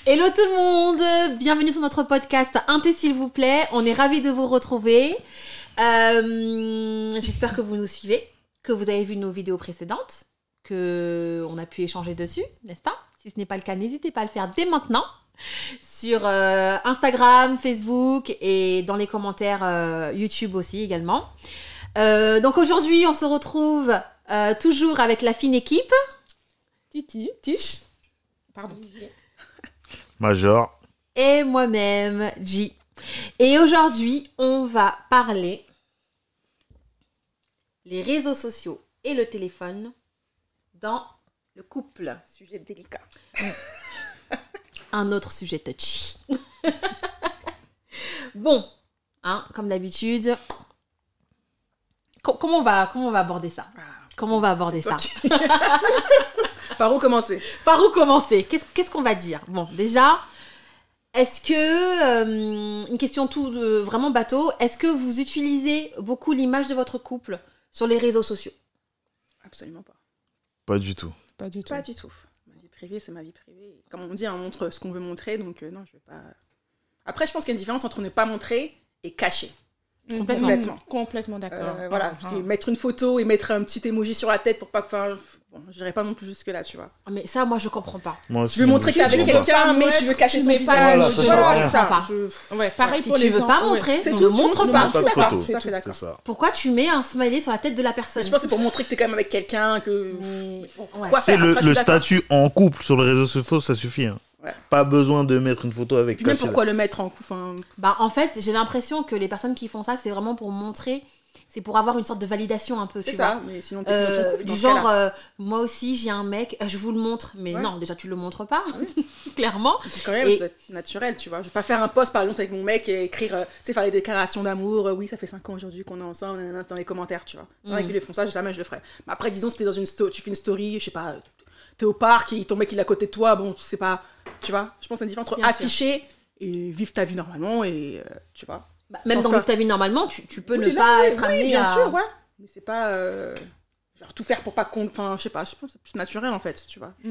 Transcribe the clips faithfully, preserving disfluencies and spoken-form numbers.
Hello tout le monde, bienvenue sur notre podcast Un thé s'il vous plaît, on est ravis de vous retrouver. Euh, j'espère que vous nous suivez, que vous avez vu nos vidéos précédentes, qu'on a pu échanger dessus, n'est-ce pas? Si ce n'est pas le cas, n'hésitez pas à le faire dès maintenant sur euh, Instagram, Facebook et dans les commentaires euh, YouTube aussi également. Euh, donc aujourd'hui, on se retrouve euh, toujours avec la fine équipe. Titi, Tiche, pardon. Major. Et moi-même, G. Et aujourd'hui, on va parler les réseaux sociaux et le téléphone dans le couple. Sujet délicat. Un autre sujet touchy. Bon, hein, comme d'habitude, co- comment, on va, comment on va aborder ça? Comment on va aborder ça? Qui... Par où commencer? Par où commencer? Qu'est-ce, qu'est-ce qu'on va dire? Bon, déjà, est-ce que, euh, une question tout euh, vraiment bateau, est-ce que vous utilisez beaucoup l'image de votre couple sur les réseaux sociaux? Absolument pas. Pas du tout. Pas du tout. Pas du tout. Ma vie privée, c'est ma vie privée. Comme on dit, on montre ce qu'on veut montrer, donc euh, non, je vais pas... Après, je pense qu'il y a une différence entre ne pas montrer et cacher. Complètement. Complètement. Complètement d'accord. Euh, voilà, Ah, ah. mettre une photo et mettre un petit emoji sur la tête pour pas que... Enfin, bon, je dirais pas non plus jusque là, tu vois. Mais ça, moi, je comprends pas. Moi aussi, Tu veux montrer que t'es avec je comprends quelqu'un, mais pas. tu veux cacher Tu son mets visage. pas Voilà, ça, Voilà, je c'est comprends ça. pas. Je... Ouais, pareil Si pour tu les veux gens- pas ouais. montrer, C'est on tout, ne tu montre montres pas. Pas de D'accord, photo. ça, je suis d'accord. C'est ça. Pourquoi tu mets un smiley sur la tête de la personne? Je pense que c'est pour montrer que t'es quand même avec quelqu'un, que... Mais- ouais. Quoi C'est faire le, Après, je le suis d'accord. statut en couple sur les réseaux sociaux, ça suffit. Hein. Ouais. Pas besoin de mettre une photo avec. Puis même caché pourquoi le mettre en coup, enfin... Bah, en fait, j'ai l'impression que les personnes qui font ça, c'est vraiment pour montrer, c'est pour avoir une sorte de validation un peu, C'est tu ça, vois. mais sinon t'es Euh, plus dans ton couple, dans du ce genre, cas-là. euh, moi aussi j'ai un mec, euh, je vous le montre, mais Ouais. non, déjà tu le montres pas, clairement. C'est quand même et- ça doit être naturel, tu vois. Je vais pas faire un post par exemple avec mon mec et écrire, euh, tu sais, faire les déclarations d'amour, euh, oui, ça fait cinq ans aujourd'hui qu'on est ensemble, nanana, dans les commentaires, tu vois. Il y en a Mhm. qui le font ça, jamais je le ferais. Mais après, disons, si t'es dans une sto- tu fais une story, je sais pas, t'es au parc et ton mec il est à côté de toi, bon, c'est pas, tu vois. Je pense que c'est une différence entre Bien sûr. afficher et vivre ta vie normalement et, euh, tu vois. Bah, même Sans dans faire- Vivre ta vie normalement, tu, tu peux Oui, ne là, pas oui, être oui, amené bien à... sûr, ouais. Mais c'est pas, euh, genre, tout faire pour pas qu'on, enfin, je sais pas, je pense que c'est plus naturel en fait, tu vois. Mm.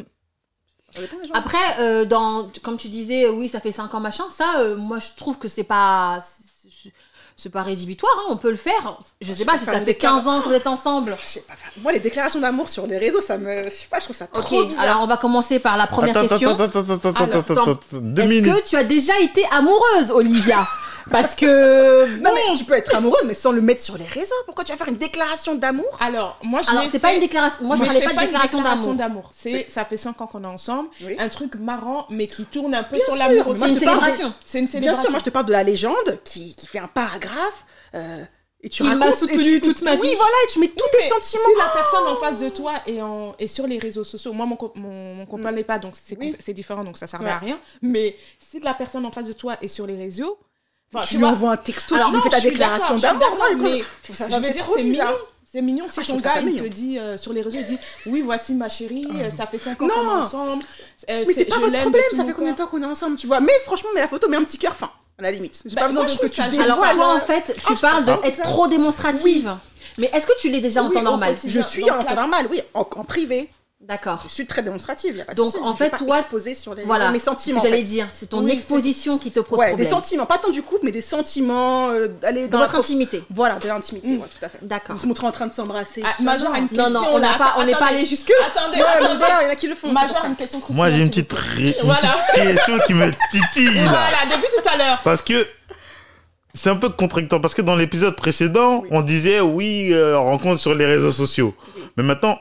Ça dépend des gens. Après, euh, dans, comme tu disais, euh, oui, ça fait cinq ans, machin, ça, euh, moi, je trouve que c'est pas... c'est- C'est pas rédhibitoire, hein, on peut le faire. Je sais Je pas peux si faire ça une fait déclaration. quinze ans que vous êtes ensemble. Je sais pas faire. Moi, les déclarations d'amour sur les réseaux, ça me, je sais pas, je trouve ça Ok, trop bizarre. alors on va commencer par la première Attends, question. attends, attends, attends, attends, Alors, attends, attends. attends, Deux Est-ce minutes. que tu as déjà été amoureuse, Olivia? Parce que... Non, mais tu peux être amoureuse, mais sans le mettre sur les réseaux. Pourquoi tu vas faire une déclaration d'amour? Alors, moi, je Alors, l'ai c'est pas fait- une déclaration... Moi, je mais parlais c'est pas de déclaration une d'amour. C'est, ça fait cinq ans qu'on est ensemble. Oui. Un truc marrant, mais qui tourne un peu Bien sur sûr, l'amour mais aussi. moi, C'est une je te parle de- célébration. C'est une Bien célébration. sûr, moi je te parle de la légende qui, qui fait un paragraphe. Euh, et tu Il racontes, m'a et soutenu tu- toute ma vie. Oui, voilà, et tu mets tous Mais tes sentiments. Si la personne en face de toi est, en, est sur les réseaux sociaux, moi mon, co- mon, mon copain l'est pas, donc c'est, Oui. compl- c'est différent, donc ça servait Ouais. à rien. Mais si la personne en face de toi est sur les réseaux, enfin, Tu tu lui vois, envoies un texto, Alors, tu lui non, fais ta je suis déclaration d'accord, je suis d'amour. d'accord, quoi, mais je trouve ça, je ça veux fait dire, trop c'est bizarre. mignon. C'est mignon si Ah, je ton trouve ça gars pas il mignon. te dit euh, sur les réseaux, il dit oui voici ma chérie, euh, ça fait cinq ans Non. qu'on est ensemble. euh, Mais c'est pas je votre l'aime problème, tout ça mon fait combien de cœur. temps qu'on est ensemble, tu vois. Mais franchement, mets la photo, mets un petit cœur fin, à la limite. J'ai Bah, pas besoin moi, de je que trouve tu ça- Alors dévoiles. toi, en euh, fait, tu Ah, je parles comprends. d'être trop démonstrative. Mais est-ce que tu l'es déjà en Oui, temps au normal? Je quotidien. suis Donc, en temps là, normal, oui, en, en privé. D'accord. Je suis très démonstrative, y a pas de Donc, souci. en Je vais fait, pas toi, exposer sur les Voilà, mes c'est ce sentiments. que en j'allais fait. dire. C'est ton Oui, exposition qui te pose Ouais, problème. des sentiments, pas tant du couple, mais des sentiments, euh, aller De dans la votre prof- intimité. Voilà, de l'intimité, Mm. ouais, tout à fait. D'accord. On se montrer en train de s'embrasser. Ah, tout ça, Major a une non. question. Non, non, on n'a là. pas, on n'est pas Attendez. allé jusque là. Attendez, Ouais, mais attendez. voilà, il y en a qui le font. c'est pour Major ça. a une question croustillante. Moi, j'ai une s'il petite, vous ré- plaît. une Voilà. petite question qui me titille, là. Voilà, depuis tout à l'heure. Parce que c'est un peu contradictoire. Parce que dans l'épisode précédent, Oui. on disait oui, euh, rencontre sur les réseaux sociaux. Oui. Mais maintenant,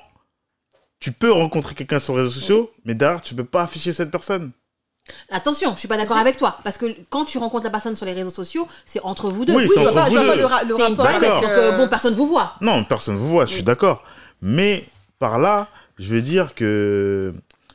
tu peux rencontrer quelqu'un sur les réseaux sociaux, mais derrière, tu peux pas afficher cette personne. Attention, je suis pas d'accord Si. avec toi. Parce que quand tu rencontres la personne sur les réseaux sociaux, c'est entre vous deux. Oui, Oui, c'est je vois entre pas, je vous vois pas deux. le, ra- le C'est une rapport avec... D'accord. Donc, euh, bon, personne vous voit. Non, personne ne vous voit, je suis Oui. d'accord. Mais par là, je veux dire que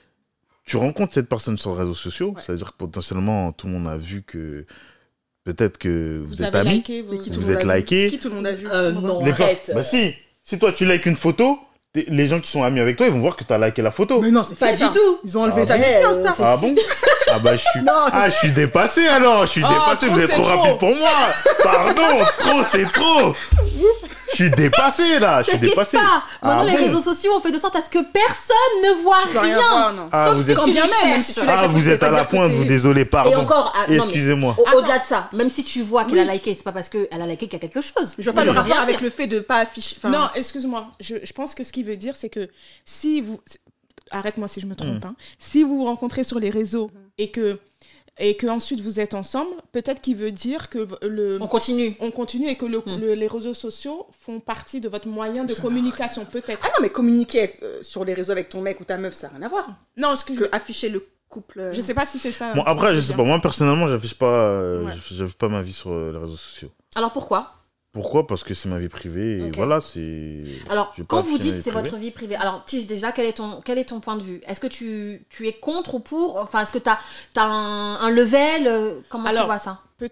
tu rencontres cette personne sur les réseaux sociaux, Ouais. c'est-à-dire que potentiellement, tout le monde a vu que peut-être que vous, Vous êtes avez amis. liké vos... Mais qui tout le Vous monde êtes a vu liké. Qui tout le monde a vu Euh, non, Les per- arrête. Bah si, si toi tu likes une photo, t'es- les gens qui sont amis avec toi, ils vont voir que tu as liké la photo. Mais non, c'est Pas fait, du ça. tout. Ils ont enlevé Ah ça ouais, depuis euh, Insta. Ah bon? Ah bah je suis... Non, c'est Ah, je suis dépassé alors, je suis Ah, dépassé, trop, vous êtes c'est trop trop. rapide pour moi. Pardon, trop c'est trop. Je suis dépassé là, je suis T'inquiète dépassé. pas. Maintenant, Ah les bon réseaux sociaux ont fait de sorte à ce que personne ne voit Tu peux rien rien. voir, non. Ah, Sauf vous si êtes- tu Quand bien le même, même cherches. si tu l'as Ah, capté, vous ça veut êtes à pas la dire que pointe, t'es- vous, désolé, Et pardon. encore, ah, non, mais Excusez-moi. au- Attends. au-delà de ça, même si tu vois qu'elle Oui. a liké, c'est pas parce qu'elle a liké qu'il y a quelque chose. Je vois pas Ça le veut rapport rien avec dire. le fait de pas afficher. enfin, Non, excuse-moi. Je, je pense que ce qu'il veut dire, c'est que si vous... Arrête-moi si je me trompe. Mm. hein. Si vous vous rencontrez sur les réseaux et que, et que ensuite vous êtes ensemble, peut-être qu'il veut dire que le... On continue. on continue et que le, Mm. le- les réseaux sociaux font partie de votre moyen de Ça communication, peut-être. Ah non, mais communiquer euh, sur les réseaux avec ton mec ou ta meuf, ça n'a rien à voir. Non, ce que je... Que afficher le couple. euh, Je sais pas si c'est ça. Bon, ce que après, je veux sais dire. pas. Moi, personnellement, j'affiche pas, euh, Ouais. j'affiche pas ma vie sur euh, les réseaux sociaux. Alors pourquoi? Pourquoi? Parce que c'est ma vie privée et Ok. voilà, c'est. Alors, Je vais quand pas vous afficher ma dites vie c'est privée. votre vie privée, alors Tige, déjà, quel est ton, quel est ton point de vue? Est-ce que tu, tu es contre ou pour? Enfin, est-ce que tu as, un, un level? euh, Comment tu Alors, vois ça? Peut-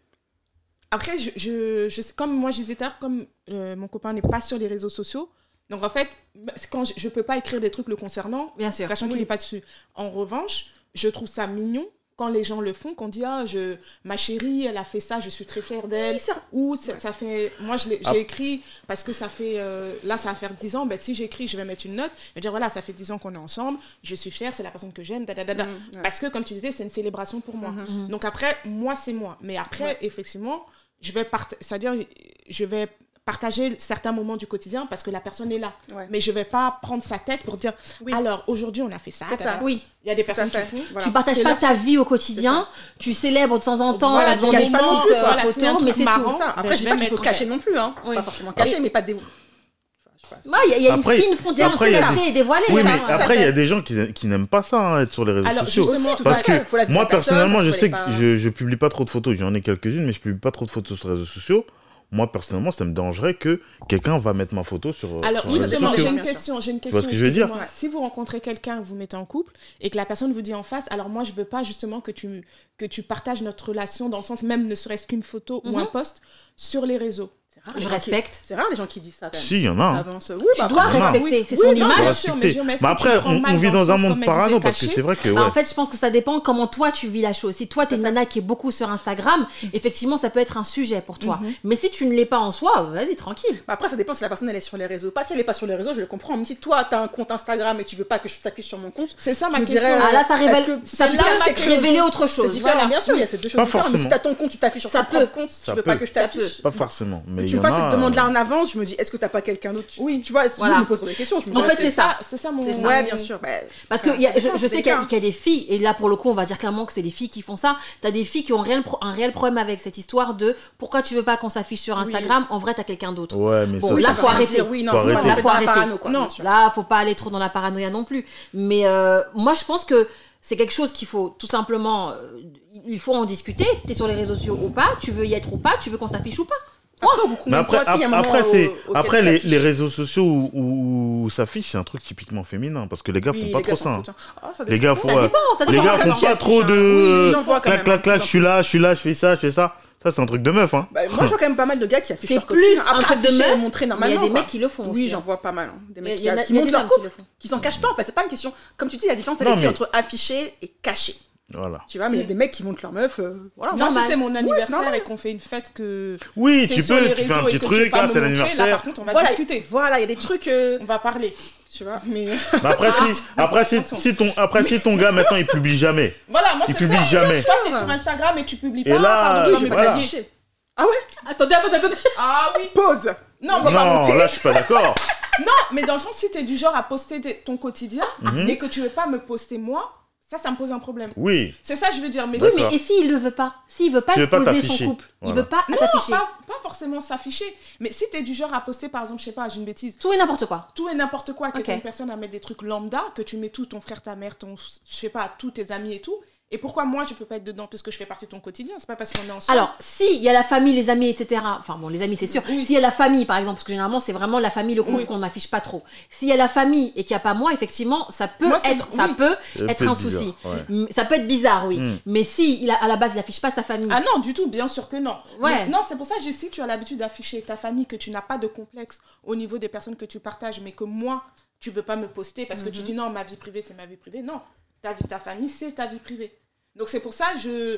Après, je, je, je- comme moi je disais tout à l'heure, comme euh, mon copain n'est pas sur les réseaux sociaux, donc en fait, bah, c'est quand je, je peux pas écrire des trucs le concernant, Bien sûr. sachant qu'il n'est pas dessus. En revanche, je trouve ça mignon quand les gens le font, qu'on dit ah je ma chérie elle a fait ça, je suis très fière d'elle. Oui, ça- Ou ça, ça fait, moi je l'ai- j'ai Ah. écrit parce que ça fait, euh, là ça va faire dix ans, ben si j'écris je vais mettre une note, je vais dire voilà ça fait dix ans qu'on est ensemble, je suis fière, c'est la personne que j'aime, da, da, da, da. Mhm, ouais. Parce que comme tu disais c'est une célébration pour moi. Mhm. Mhm. Donc après, moi, c'est moi. Mais après, Ouais. effectivement, je vais, part... c'est-à-dire, je vais partager certains moments du quotidien parce que la personne est là. Ouais. Mais je vais pas prendre sa tête pour dire, Oui. alors, aujourd'hui, on a fait ça. C'est da, da, ça. da. Oui. Il y a des Tout à personnes qui fait. font. Voilà. Tu partages C'est pas leur- ta vie au quotidien, tu célèbres de temps en temps Voilà, en faisant tu des caches pas non petites plus, euh, voilà, c'est un photos, truc mais c'est marrant. tout. Ça. Ben, Après, je je dis vais pas qu'il faut mettre- cacher non plus, hein. C'est Oui. pas forcément cacher, mais pas des. Enfin, je sais pas. Ouais, il y a, il y a Après- une fine frontière entre après, il y a cacher des- et dévoiler. Oui, ça, mais ouais. après, il y a des gens qui, qui n'aiment pas ça, hein, être sur les réseaux Alors, sociaux. justement, Aussi, tout Parce à fait. que Faut la vie de moi, la personne, personnellement, ça je se sais connaît que pas. je, je publie pas trop de photos. J'en ai quelques-unes, mais je publie pas trop de photos sur les réseaux sociaux. Moi, personnellement, ça me dérangerait que quelqu'un va mettre ma photo sur, Alors, sur les réseaux justement, sociaux. j'ai une Bien sûr. question. J'ai une vois question. ce que je veux dire? excusez-moi. Si vous rencontrez quelqu'un, vous mettez en couple et que la personne vous dit en face, alors moi, je veux pas justement que tu, que tu partages notre relation dans le sens même ne serait-ce qu'une photo ou Mhm. un post sur les réseaux. C'est rare, Je les gens qui- respecte. C'est rare les gens qui disent ça quand même. Si, il y en a. hein. Avance. Oui, Tu bah, dois après, non. respecter, c'est Oui, son non, image. Faut bien sûr, mais respecter. je- mais est-ce Mais que tu après, prends on, mal on vit dans le dans un sens, monde comme elle parano disait, parce que caché c'est vrai que. Bah, ouais. en fait, je pense que ça dépend comment toi tu vis la chose. Si toi, t'es une nana qui est beaucoup sur Instagram, effectivement, ça peut être un sujet pour toi. Mhm. Mais si tu ne l'es pas en soi, vas-y, tranquille. Bah après, ça dépend si la personne elle est sur les réseaux. Pas si elle est pas sur les réseaux, je le comprends. Mais si toi, t'as un compte Instagram et tu veux pas que je t'affiche sur mon compte, C'est ça ma Je me question. dirais, Ah là, ça est-ce révèle, que ça c'est peut là quelque chose révéler autre c'est chose. différent. Voilà. Bien sûr, il y a ces deux choses Pas différentes. Mais si forcément. t'as ton compte, tu t'affiches sur Ça ton propre peut. compte, Ça tu veux pas peut. que je Ça t'affiche. Pas forcément. Mais Que il tu y me en fasses a, cette demande-là euh, en avance, je me dis, est-ce que t'as pas quelqu'un d'autre Oui. Tu vois, Voilà. je me poserai des questions. je me En dirais, fait, c'est ça. C'est ça mon. C'est ça. Ouais, bien sûr. bah, Parce ça- que y a- ça je, dépend, je c'est sais qu'il y, a- délicat. qu'il y a des filles, et là pour le coup on va dire clairement que c'est des filles qui font ça, t'as des filles qui ont un réel, pro- un réel problème avec cette histoire de pourquoi tu veux pas qu'on s'affiche sur Oui. Instagram, en vrai t'as quelqu'un d'autre. Ouais, mais Bon, ça, là, c'est- Ça faut veut arrêter. dire, Oui, non, Faut faut pas arrêter. tomber Faut dans la arrêter. parano, quoi, Non. bien sûr. Là faut pas aller trop dans la paranoïa non plus. Mais euh, moi je pense que c'est quelque chose qu'il faut tout simplement, euh, il faut en discuter, t'es sur les réseaux sociaux ou pas, tu veux y être ou pas, tu veux qu'on s'affiche ou pas. Après, beaucoup Mais moins après, toi, s'il y a un ap- moment après, c'est, au- auquel après tu les, t'affiches. les réseaux sociaux où, où, où s'affiche, c'est un truc typiquement féminin. Parce que les gars Oui, font pas les trop s'en ça. hein. foutent, hein. Ah, ça Les dépend. gars font. Ça euh, dépend, ça les dépend. gars ça font dépend. pas trop Oui, de. j'en vois quand clac, même, clac, clac, j'en je suis là, je suis là, je fais ça, je fais ça. Ça, c'est un truc de meuf, hein. Bah, moi, je vois quand même pas mal de gars qui affichent C'est leur plus copine. un Après, truc de afficher et meuf, montrer mais il y a normalement. des quoi. mecs qui le font Oui, aussi, j'en hein. vois pas mal. hein. Des Il y a- mecs il y en a- qui, qui il y a montrent des leur femmes qui couple, le font. qui s'en cachent pas. En fait, c'est pas une question. Comme tu dis, la différence, elle Non, est faite mais- entre afficher et cacher. Voilà. Tu vois, mais il y a des mecs qui montrent leur meuf. euh, Voilà. Moi, Normal. si c'est mon anniversaire normal. et qu'on fait une fête que Oui, t'es tu sur peux, les tu fais un réseaux petit et que tu veux truc, pas là, me c'est montrer, là, l'anniversaire. par contre, on va Voilà, discuter. Voilà, il y a des trucs. euh, On va parler. Tu vois. Mais Mais après, si, après, si, si ton, après, si ton gars, maintenant, il publie jamais. voilà, moi Il c'est publie ça. jamais. Toi, t'es sur Instagram et tu publies pas. Et là, pardon, tu vas oui, me voilà. taguer. Afficher. Attendez, attendez, attendez. Ah oui. Pause. Non, va mais, pas Non, monter. là, je suis pas d'accord. non, mais dans le sens, si t'es du genre à poster des- ton quotidien Mhm. et que tu veux pas me poster moi, ça, ça me pose un problème. Oui. C'est ça, je veux dire. Mais Oui, D'accord. mais et s'il le veut pas, s'il veut pas Tu veux pas exposer son t'afficher. couple, il Voilà. veut pas non, t'afficher. pas, pas forcément s'afficher. Mais si t'es du genre à poster, par exemple, je sais pas, j'ai une bêtise, Tout et n'importe quoi. tout et n'importe quoi, que Ok. t'es une personne à mettre des trucs lambda, que tu mets tout, ton frère, ta mère, ton, je sais pas, tous tes amis et tout. Et pourquoi moi je peux pas être dedans parce que je fais partie de ton quotidien, c'est pas parce qu'on est ensemble. Alors, s'il y a la famille, les amis, et cetera. Enfin bon, les amis, c'est sûr. Oui. S'il y a la famille, par exemple, parce que généralement, c'est vraiment la famille, le couple Oui. qu'on n'affiche pas trop. S'il y a la famille et qu'il n'y a pas moi, effectivement, ça peut Moi, c'est- être, ça oui. peut Ça être peut un être bizarre, souci. ouais. Mm, Ça peut être bizarre, oui. Mm. Mais si il a, à la base, il n'affiche pas sa famille. Ah non, du tout, bien sûr que non. Ouais. Mais non, c'est pour ça que j'ai si tu as l'habitude d'afficher ta famille, que tu n'as pas de complexe au niveau des personnes que tu partages, mais que moi, tu veux pas me poster parce que tu dis non, ma vie privée, c'est ma vie privée. Non, ta vie, ta famille, c'est ta vie privée. Donc c'est pour ça, je...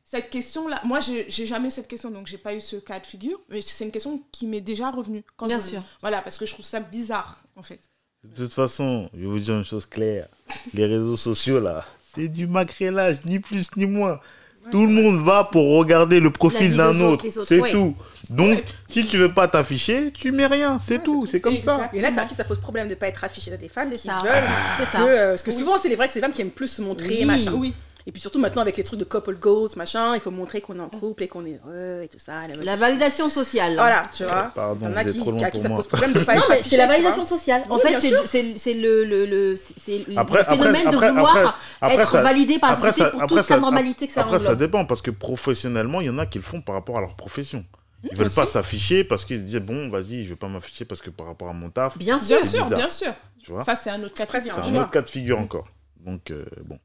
cette question-là, moi, j'ai, j'ai jamais eu cette question, donc j'ai pas eu ce cas de figure, mais c'est une question qui m'est déjà revenue. Quand Bien je- sûr. Voilà, parce que je trouve ça bizarre, en fait. De toute façon, je vais vous dire une chose claire. Les réseaux sociaux, là, c'est du macrélage, ni plus ni moins. Tout le monde va pour regarder le profil vie d'un des autres, autre. des autres, C'est ouais. tout. Donc, Ouais. si tu veux pas t'afficher, tu mets rien. C'est Ouais, tout. c'est C'est comme ça. Exact. Et là, à qui ça pose problème de pas être affiché. T'as des femmes C'est qui ça. veulent C'est que, ça. euh, parce que Oui. souvent, c'est les vrai que c'est les femmes qui aiment plus se montrer, Oui. machin. Oui. Et puis surtout maintenant avec les trucs de couple goals, machin, il faut montrer qu'on est en couple et qu'on est heureux et tout ça. La validation sociale. Voilà, tu vois. Pardon, T'en as vous êtes qui, trop loin à qui pour ça moi. pose problème de pas Non, être mais affiché, c'est la tu vois. validation sociale. En Oui, fait, bien c'est, sûr. c'est, c'est le, le, le, c'est le Après- phénomène après- de après- vouloir après- après, être ça- validé par la après, société ça- pour après, toute ça- la normalité que ça Après, ça englobe. dépend parce que professionnellement, il y en a qui le font par rapport à leur profession. Ils veulent aussi. pas s'afficher parce qu'ils se disent bon, vas-y, je vais pas m'afficher parce que par rapport à mon taf, Bien sûr. Bien sûr, bizarre. bien sûr. tu vois. Ça, c'est un autre cas de Après, figure. C'est un un choix. autre cas de figure encore. Donc euh, bon,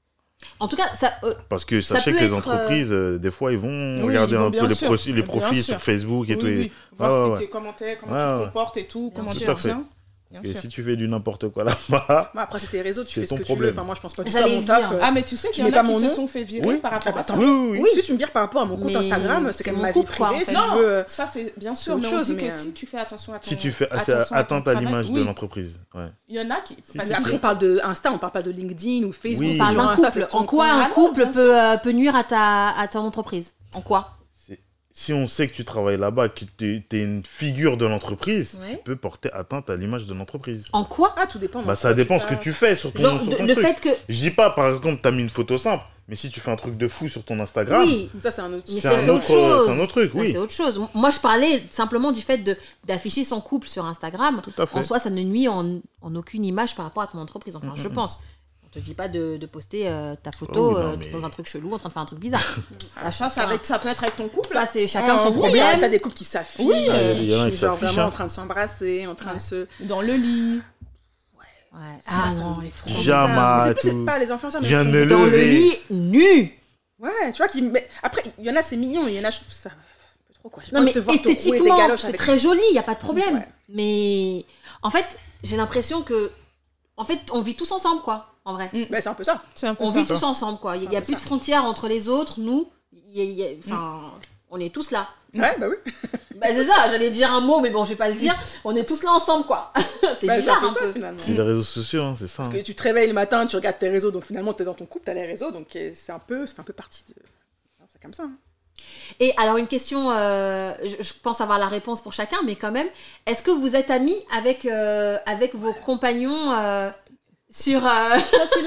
En tout cas, ça, euh, parce que Ça sachez peut que les être, entreprises, euh, des fois, ils vont Oui, regarder ils vont un bien peu les, sûr. profils- les Bien profils sûr. sur Facebook et Oui, tout. et- oui. Voir Ouais, si ouais, tes ouais. commentaires, comment Ouais, tu te ouais. comportes et tout, Bien comment sûr. tu Tout à fait. reviens. Bien Et sûr. si tu fais du n'importe quoi là-bas, Bon, après, c'est tes réseaux, tu C'est fais ce ton que tu problème. veux. Enfin, moi, je pense pas du tout à J'allais mon le taf. dire. euh, Ah, mais tu sais qu'il y mets en pas a qui mon se nom. sont fait virer Oui. par Ah, rapport bah, à ça. attends. oui, oui, oui. Oui. Si tu me vires par rapport à mon compte Mais Instagram, c'est c'est quand même mon ma vie couple, quoi, privée. en fait. Si Non, je veux. euh, ça c'est bien c'est sûr, autre mais on chose, dit mais, que euh, si tu fais attention à ton Si tu fais attention c'est à atteinte ton à travail, l'image de oui. l'entreprise. Ouais. Il y en a qui. Si, parce si, que si. Après, on parle de Insta, on parle pas de LinkedIn ou Facebook. Oui. on parle Sur d'un Insta, couple. c'est ton En quoi compte. un Ah non, couple bien peut, euh, peut nuire à ta, à ton entreprise? En quoi? C'est- Si on sait que tu travailles là-bas, que tu es une figure de l'entreprise, Ouais. tu peux porter atteinte à l'image de l'entreprise. En quoi? Ah, tout dépend. Bah, ça dépend ce que tu fais sur ton, Genre, sur de- ton le truc. fait que. Je dis pas, par exemple, t'as mis une photo simple, mais si tu fais un truc de fou sur ton Instagram, Oui, Ça, c'est un autre. Mais c'est ça, un, c'est autre- autre chose. c'est un autre truc, là, oui. c'est autre chose. Moi, je parlais simplement du fait de, d'afficher son couple sur Instagram. Tout à fait. En soi, ça ne nuit en, en aucune image par rapport à ton entreprise. Enfin, Mhm. je pense. On te dit pas de, de poster euh, ta photo Oh oui, non, euh, mais- dans un truc chelou en train de faire un truc bizarre. Ah, ça, ça, va être- ça peut être avec ton couple. Ça, c'est chacun Ah, son oui, problème. T'as des couples qui s'affichent. Oui, euh, il y en a qui genre s'affichent, vraiment hein. en train de s'embrasser, en train Ouais. de se. Dans le lit. Ouais. Ça, Ah ça non, me les fait trucs trop Jamais. bizarre. Ah, Mais c'est plus, tout. c'est pas les influenceurs, mais Viens ils font- de dans le lever. lit nu. Ouais, tu vois, qui... mais après, il y en a, c'est mignon, il y en a, je trouve ça un peu trop, quoi. J'ai Non, pas mais envie de te voir te rouer des esthétiquement, galoches c'est avec- très joli, il n'y a pas de problème. Ouais. Mais en fait, j'ai l'impression que. En fait, on vit tous ensemble, quoi, en vrai. Bah, c'est un peu ça. C'est un peu On ça. vit tous ensemble, quoi. Il C'est n'y a un peu plus de ça. frontières entre les autres, nous. Il y a- il y a- Enfin, on est tous là. Ouais, bah oui. Bah, c'est ça, j'allais dire un mot, mais bon, je vais pas le dire. On est tous là ensemble, quoi. c'est Bah, bizarre un un peu ça, peu. finalement. C'est les réseaux sociaux, hein, c'est ça. Parce hein. que tu te réveilles le matin, tu regardes tes réseaux, donc finalement, t'es dans ton couple, t'as les réseaux, donc euh, c'est un peu, c'est un peu partie de. C'est comme ça. hein. Et alors, une question, euh, je, je pense avoir la réponse pour chacun, mais quand même, est-ce que vous êtes amis avec, euh, avec vos compagnons euh, sur, euh,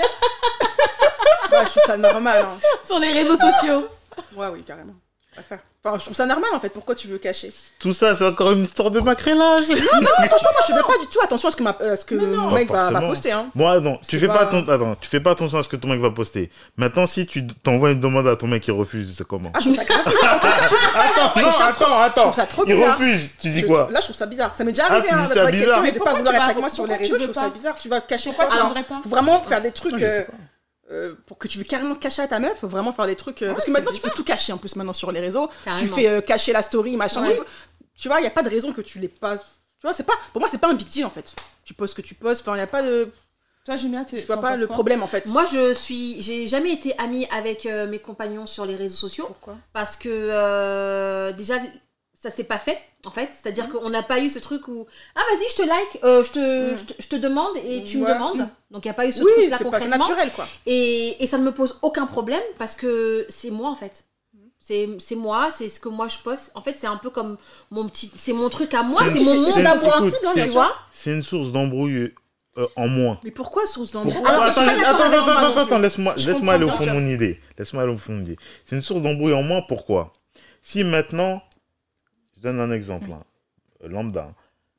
Ouais, je trouve ça normal. Hein. sur les réseaux sociaux? Ouais, oui, carrément. Je préfère. Enfin, je trouve ça normal en fait. Pourquoi tu veux cacher? Tout ça, c'est encore une histoire de macrélage. Franchement, moi, je fais pas du tout attention à ce que, ma... à ce que mon mec Pas va, va forcément. poster. Hein. Moi, non, tu C'est fais pas, pas- ton... Attends, tu fais pas attention à ce que ton mec va poster. Maintenant, si tu t'envoies une demande à ton mec qui refuse, c'est comment? Ah, je trouve ça grave. Attends, non, attends, Je attends. trouve ça trop Il bizarre. refuse. Tu dis Je- quoi? Là, je trouve ça bizarre. Ça m'est déjà Ah, arrivé tu hein, dis ça d'être avec bizarre. quelqu'un et de Mais pas pourquoi vouloir tu être vas- avec moi sur les pourquoi tu réseaux. Je veux trouve ça pas bizarre. Tu vas cacher Pourquoi quoi? tu Alors, voudrais pas? faut vraiment faire des trucs. Ah, je sais euh, pas. euh, pour que tu veux carrément cacher à ta meuf, faut vraiment faire des trucs. euh, Ouais, parce que c'est maintenant, tu peux tout cacher en plus maintenant sur les réseaux. Tu Carrément. fais euh, cacher la story, machin. Ouais. Oui, tu vois, il y a pas de raison que tu l'aies pas. Tu vois, c'est pas. Pour moi, c'est pas un big deal en fait. Tu poses ce que tu poses. Enfin, il y a pas de. Toi, Julien, tu Je vois pas le problème en fait. Moi, je suis, j'ai jamais été amie avec euh, mes compagnons sur les réseaux sociaux Pourquoi? parce que euh, déjà, ça s'est pas fait en fait. C'est-à-dire qu'on n'a pas eu ce truc où ah vas-y, je te like, euh, je, te, Mm. je te, je te demande et tu me Ouais. demandes. Mm. Donc il y a pas eu ce Oui, truc-là c'est pas c'est concrètement. naturel quoi. Et, et ça ne me pose aucun problème parce que c'est moi en fait. C'est, c'est moi, c'est ce que moi je poste. En fait, c'est un peu comme mon petit. C'est mon truc à moi, C'est c'est une- mon c'est monde une- à moi, écoute, tu c'est- vois. C'est une source d'embrouille euh, en moins. Mais pourquoi source d'embrouille? Pourquoi Alors, attends, je suis pas attends, d'accord attends, avec toi attends, non attends, plus. attends, laisse-moi Je laisse-moi aller au comprends, fond de bien mon idée. Laisse-moi aller au fond de mon idée. C'est une source d'embrouille en moins, pourquoi? Si maintenant, je donne un exemple, hein, euh, lambda.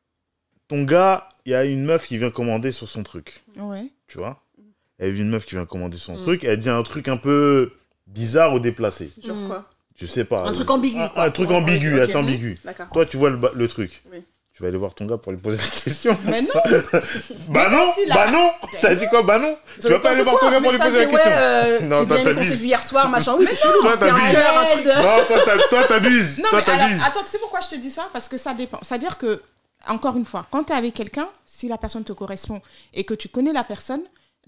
Ton gars, il y a une meuf qui vient commander sur son truc, Ouais. tu vois? Il y a une meuf qui vient commander son Mm. truc, elle dit un truc un peu bizarre ou déplacé. Genre Mm. quoi? Je sais pas. Un euh, truc ambigu, Un, quoi. un truc Ouais, ambigu, ok. elle s'ambigue. D'accord. Toi, tu vois le, ba- le truc. Oui. Tu vas aller voir ton gars pour lui poser la question. Mais non, Bah Mais non, si, là- bah non. Ben T'as dit quoi? Bah non. Tu vas pas aller voir ton gars pour lui ça, poser la c'est, question. ouais, euh, Non, j'ai toi, bien aimé qu'on t'abuses. s'est vu hier soir, machin. Oui, c'est chelou. Toi, C'est un t'abuses. cœur, un truc. Non, toi, t'as- toi, t'abuses. non Toi, mais alors, t'abuses. attends, tu sais pourquoi je te dis ça? Parce que ça dépend. C'est-à-dire que, encore une fois, quand tu es avec quelqu'un, si la personne te correspond et que tu connais la personne,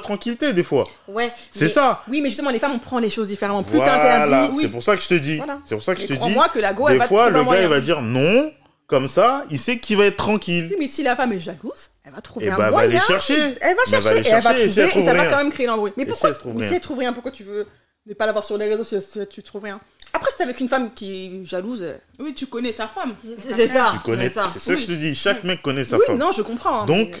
tranquillité des fois. Ouais. C'est mais- ça. Oui, mais justement, les femmes, on prend les choses différemment. Plus Voilà. t'interdis, C'est oui. pour ça que je te dis. Voilà. C'est pour ça que je Mais te dis. crois-moi que la go, elle Des va te fois, trouver le un gars, moyen. il va dire non. Comme ça, il sait qu'il va être tranquille. Oui, mais si la femme est jalouse, elle va trouver Et un bah, elle va moyen. aller chercher. Elle va Mais elle va chercher aller et elle va chercher, et si elle trouver et trouve ça va rien. quand même créer l'embrouille. Mais Et si pourquoi elle trouve mais si rien. elle trouve rien, pourquoi tu veux ne pas l'avoir sur les réseaux si si tu trouves rien? Après, si t'es avec une femme qui est jalouse. euh, Oui, tu connais ta femme. C'est c'est ça. Tu connais. c'est ça. C'est ça que je te dis. Chaque mec connaît sa Oui, femme. non, je comprends. hein, Donc, mais-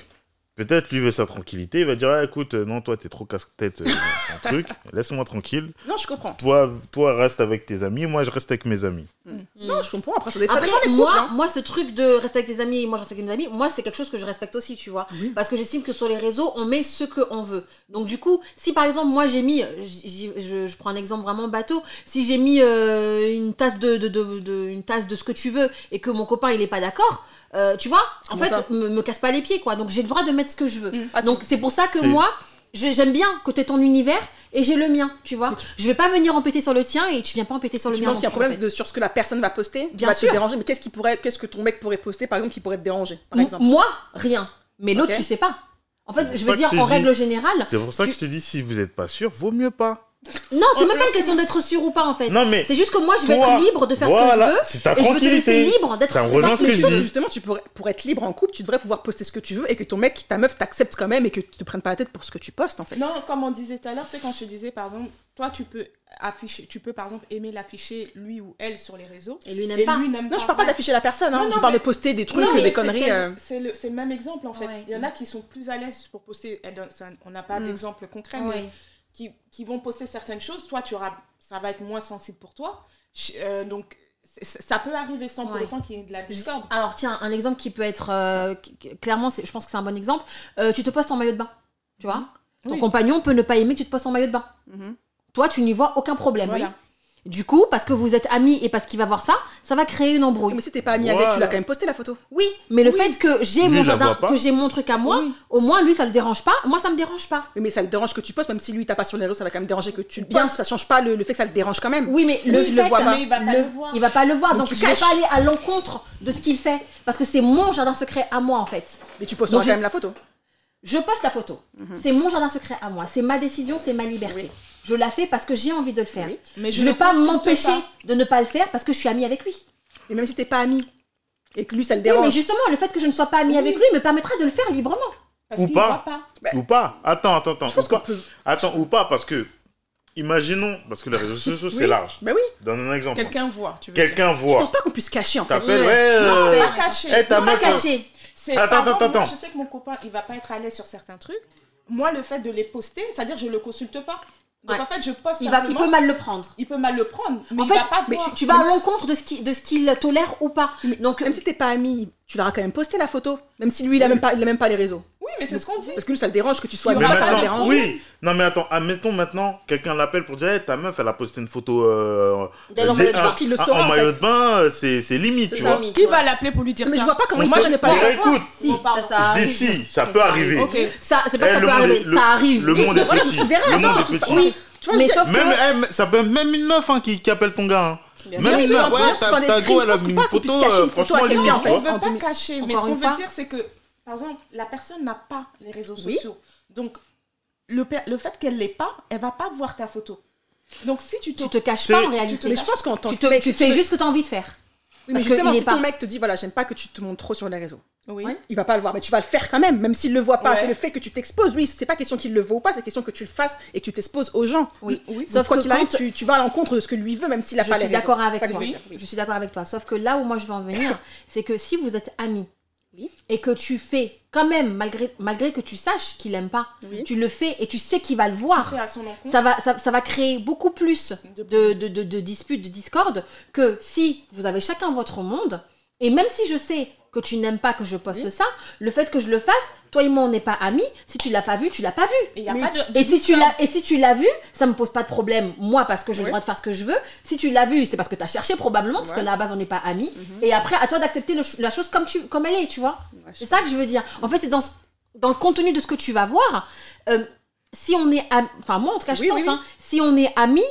Peut-être lui veut sa tranquillité, il va dire ah, écoute, euh, non, toi, t'es trop casse-tête, euh, un truc, laisse-moi tranquille. Non, je comprends. Toi, toi, reste avec tes amis, moi, je reste avec mes amis. Mm. Non, je comprends. Après, ça dépend Après, des couples, moi, hein. moi, ce truc de rester avec tes amis et moi, je reste avec mes amis, moi, c'est quelque chose que je respecte aussi, tu vois. Oui. Parce que j'estime que sur les réseaux, on met ce qu'on veut. Donc, du coup, si par exemple, moi, j'ai mis, j- je, je prends un exemple vraiment bateau, si j'ai mis euh, une tasse de, de, de, de- une tasse de ce que tu veux et que mon copain, il est pas d'accord, euh, tu vois, en Comment fait, ça me, me casse pas les pieds, quoi. Donc, j'ai le droit de mettre ce que je veux. Mm. Ah, tu- Donc, c'est pour ça que C'est- moi, je- j'aime bien que t'aies ton univers et j'ai le mien, tu vois. Je vais pas venir empiéter sur le tien et tu viens pas empiéter sur le Tu mien. penses qu'il y a un non plus, en problème fait. de, sur ce que la personne va poster qui Bien va sûr. te déranger, mais qu'est-ce, qui pourrait, qu'est-ce que ton mec pourrait poster, par exemple, qui pourrait te déranger, par M- exemple Moi, rien. Mais l'autre, Ok. tu sais pas. En fait, C'est je pour veux ça dire, que je en t'ai règle dit- générale. C'est pour ça que tu- je te dis, si vous n'êtes pas sûr, vaut mieux pas. Non, c'est Oh, même pas euh, une question d'être sûr ou pas, en fait. Non, mais C'est juste que moi, je vais toi, être libre de faire ce voilà, que je veux. c'est ta Et je veux te laisser tranquillité. libre d'être Ça me de faire rejoint ce ce que que tu je veux. dis. Justement, tu pourrais, pour être libre en couple, tu devrais pouvoir poster ce que tu veux et que ton mec, ta meuf t'accepte quand même et que tu te prennes pas la tête pour ce que tu postes, en fait. Non, comme on disait tout à l'heure, c'est quand je te disais, par exemple, toi, tu peux afficher, tu peux, par exemple, aimer l'afficher, lui ou elle, sur les réseaux. Et lui Et n'aime pas. lui n'aime Non, pas. je parle pas Ouais. d'afficher la personne, hein. Non, non, je parle mais- de poster des trucs, Non, mais des c'est conneries. ce qu'elle euh. C'est le, c'est le même exemple, en fait. Ouais. Il y en a qui sont plus à l'aise pour poster, elles donnent- ça- on n'a pas Mm. d'exemple concret, Ouais. mais qui, qui vont poster certaines choses, toi, tu auras, ça va être moins sensible pour toi. Ch- euh, donc, c'est- ça peut arriver sans pour Ouais. autant qu'il y ait de la discorde. Alors, tiens, un exemple qui peut être. euh, qui- qui- clairement, c'est- je pense que c'est un bon exemple. Euh, tu te postes en maillot de bain. Tu vois Ton Oui. compagnon peut ne pas aimer que tu te postes en maillot de bain. Mhm. Toi, tu n'y vois aucun problème. Voilà. Du coup, parce que vous êtes amis et parce qu'il va voir ça, ça va créer une embrouille. Mais si t'es pas ami Voilà. avec, tu l'as quand même posté la photo. Oui, mais le Oui. fait que j'ai Lui, mon il la jardin, voit pas. que j'ai mon truc à moi, Oui. au moins lui ça le dérange pas. Moi ça me dérange pas. Oui, mais ça le dérange que tu postes, même si lui t'as pas sur les réseaux, ça va quand même déranger que tu le Bien postes. Ça change pas le, le fait que ça le dérange quand même. Oui, mais le Oui, fait, il le voit pas. Mais il va pas le voir. il va pas le voir, Donc donc, tu je vais caches. pas aller à l'encontre de ce qu'il fait, parce que c'est mon jardin secret à moi en fait. Mais tu posteras Donc, quand je- même la photo. Je poste la photo. C'est mon jardin secret à moi, c'est ma décision, c'est ma liberté. Oui. Je la fais parce que j'ai envie de le faire. Oui. Mais Je ne vais pas consulte m'empêcher pas. de ne pas le faire parce que je suis amie avec lui. Et même si t'es pas ami et que lui ça le Oui, dérange. mais justement, le fait que je ne sois pas amie Oui. avec lui me permettra de le faire librement. Parce Ou qu'il pas. voit pas. Bah, Ou pas. Attends, attends, attends. Je pense Ou qu'on pas. peut. Attends, ou pas, parce que, imaginons, parce que les réseaux sociaux, c'est Oui. large. Bah oui. Donne un exemple. Quelqu'un voit, tu veux dire. Quelqu'un Je voit. pense pas qu'on puisse cacher en fait. T'appelles, Ouais. ouais. Non, euh, c'est Pas caché. eh, ta Non, pas meuf, euh, caché. C'est- Attends, par attends, exemple, moi, attends. je sais que mon copain, il va pas être à l'aise sur certains trucs. Moi, le fait de les poster, c'est-à-dire je le consulte pas. Donc Ouais. en fait, je poste Il, va, il simplement. peut mal le prendre. Il peut mal le prendre, mais En il fait, va pas mais voir. Tu, tu vas à l'encontre de ce qui- de ce qu'il tolère ou pas. Mais Donc, Même si t'es pas ami, tu l'auras quand même posté la photo. Même si lui il a Oui. même pas, il a même pas les réseaux. Oui, mais c'est ce qu'on dit. Parce que lui ça le dérange que tu sois Il y Mais ami, aura ça pas le maintenant, dérange. oui. Non, mais attends, admettons maintenant, quelqu'un l'appelle pour dire, hey, ta meuf, elle a posté une photo euh, D'ailleurs, euh, je un- pense qu'il le un- saura, en en maillot fait. de bain, euh, c'est c'est limite, C'est tu ça. vois. limite, Qui ouais. va l'appeler pour lui dire Mais ça je vois pas comment On moi sait- je n'ai pas Mais les savoir. écoute, Si, Bon, pardon. ça, ça je dis arrive. si, ça peut arriver. Ok. Ça, c'est pas que Eh, ça le peut monde arriver, est- le- ça arrive. Le monde est Voilà, petit. tu verras, Le monde attends, est petit. Oui, Tu vois, mais je veux sauf dire, Même, que... eh, ça peut même une meuf hein, qui, qui appelle ton gars. Hein. Bien Même sûr, une sûr, meuf, peu ouais, importe, ta, enfin, ta l'esprit, go, je elle a pense mis pas une qu'on puisse photo, cacher euh, une photo à franchement, quelqu'un, limite, en tu fait. On vois. ne veut pas En cacher, mais ce Encore qu'on une veut fois. dire, c'est que, par exemple, la personne n'a pas les réseaux Oui. sociaux. Donc, le, per- le fait qu'elle l'ait pas, elle va pas voir ta photo. Donc, si tu te... Tu te caches C'est- pas en Mais réalité. je pense qu'en tant Tu, que te, mec, tu si fais veux- juste ce que tu as envie de faire. Oui, mais parce justement, qu'il est si pas- ton mec te dit voilà, j'aime pas que tu te montres trop sur les réseaux, Oui. Ouais. il va pas le voir, mais tu vas le faire quand même, même s'il le voit pas. Ouais. C'est le fait que tu t'exposes. Oui, c'est pas question qu'il le voit ou pas, c'est question que tu le fasses et que tu t'exposes aux gens. Oui. Oui. Donc, Sauf quoi que qu'il arrive, quand- tu, tu vas à l'encontre de ce que lui veut, même s'il a Je pas les suis réseaux. d'accord avec C'est ça que toi. je veux dire, oui. Je suis d'accord avec toi. Sauf que là où moi je veux en venir, c'est que si vous êtes amis Oui. et que tu fais quand même, malgré, malgré que tu saches qu'il aime pas, Oui. tu le fais et tu sais qu'il va le Tu voir, fais à son encontre. ça va, ça, ça va créer beaucoup plus De de, de, de, de disputes, de discordes, que si vous avez chacun votre monde, et même si je sais que tu n'aimes pas que je poste Oui. ça, le fait que je le fasse, toi et moi on n'est pas amis, si tu l'as pas vu, tu l'as pas vu. Et il y a Mais pas tu- de... Et si, tu l'as, et si tu l'as vu, ça me pose pas de problème, moi, parce que j'ai le Ouais. droit de faire ce que je veux. Si tu l'as vu, c'est parce que tu as cherché probablement, parce Ouais. que là, à la base, on n'est pas amis. Mhm. Et après, à toi d'accepter le ch- la chose comme, tu, comme elle est, tu vois. Ouais, je C'est ça que je veux dire. En fait, c'est dans, ce- dans le contenu de ce que tu vas voir. euh, si on est amis, enfin, moi, en tout cas, je Oui, pense, oui, oui. hein, si on est amis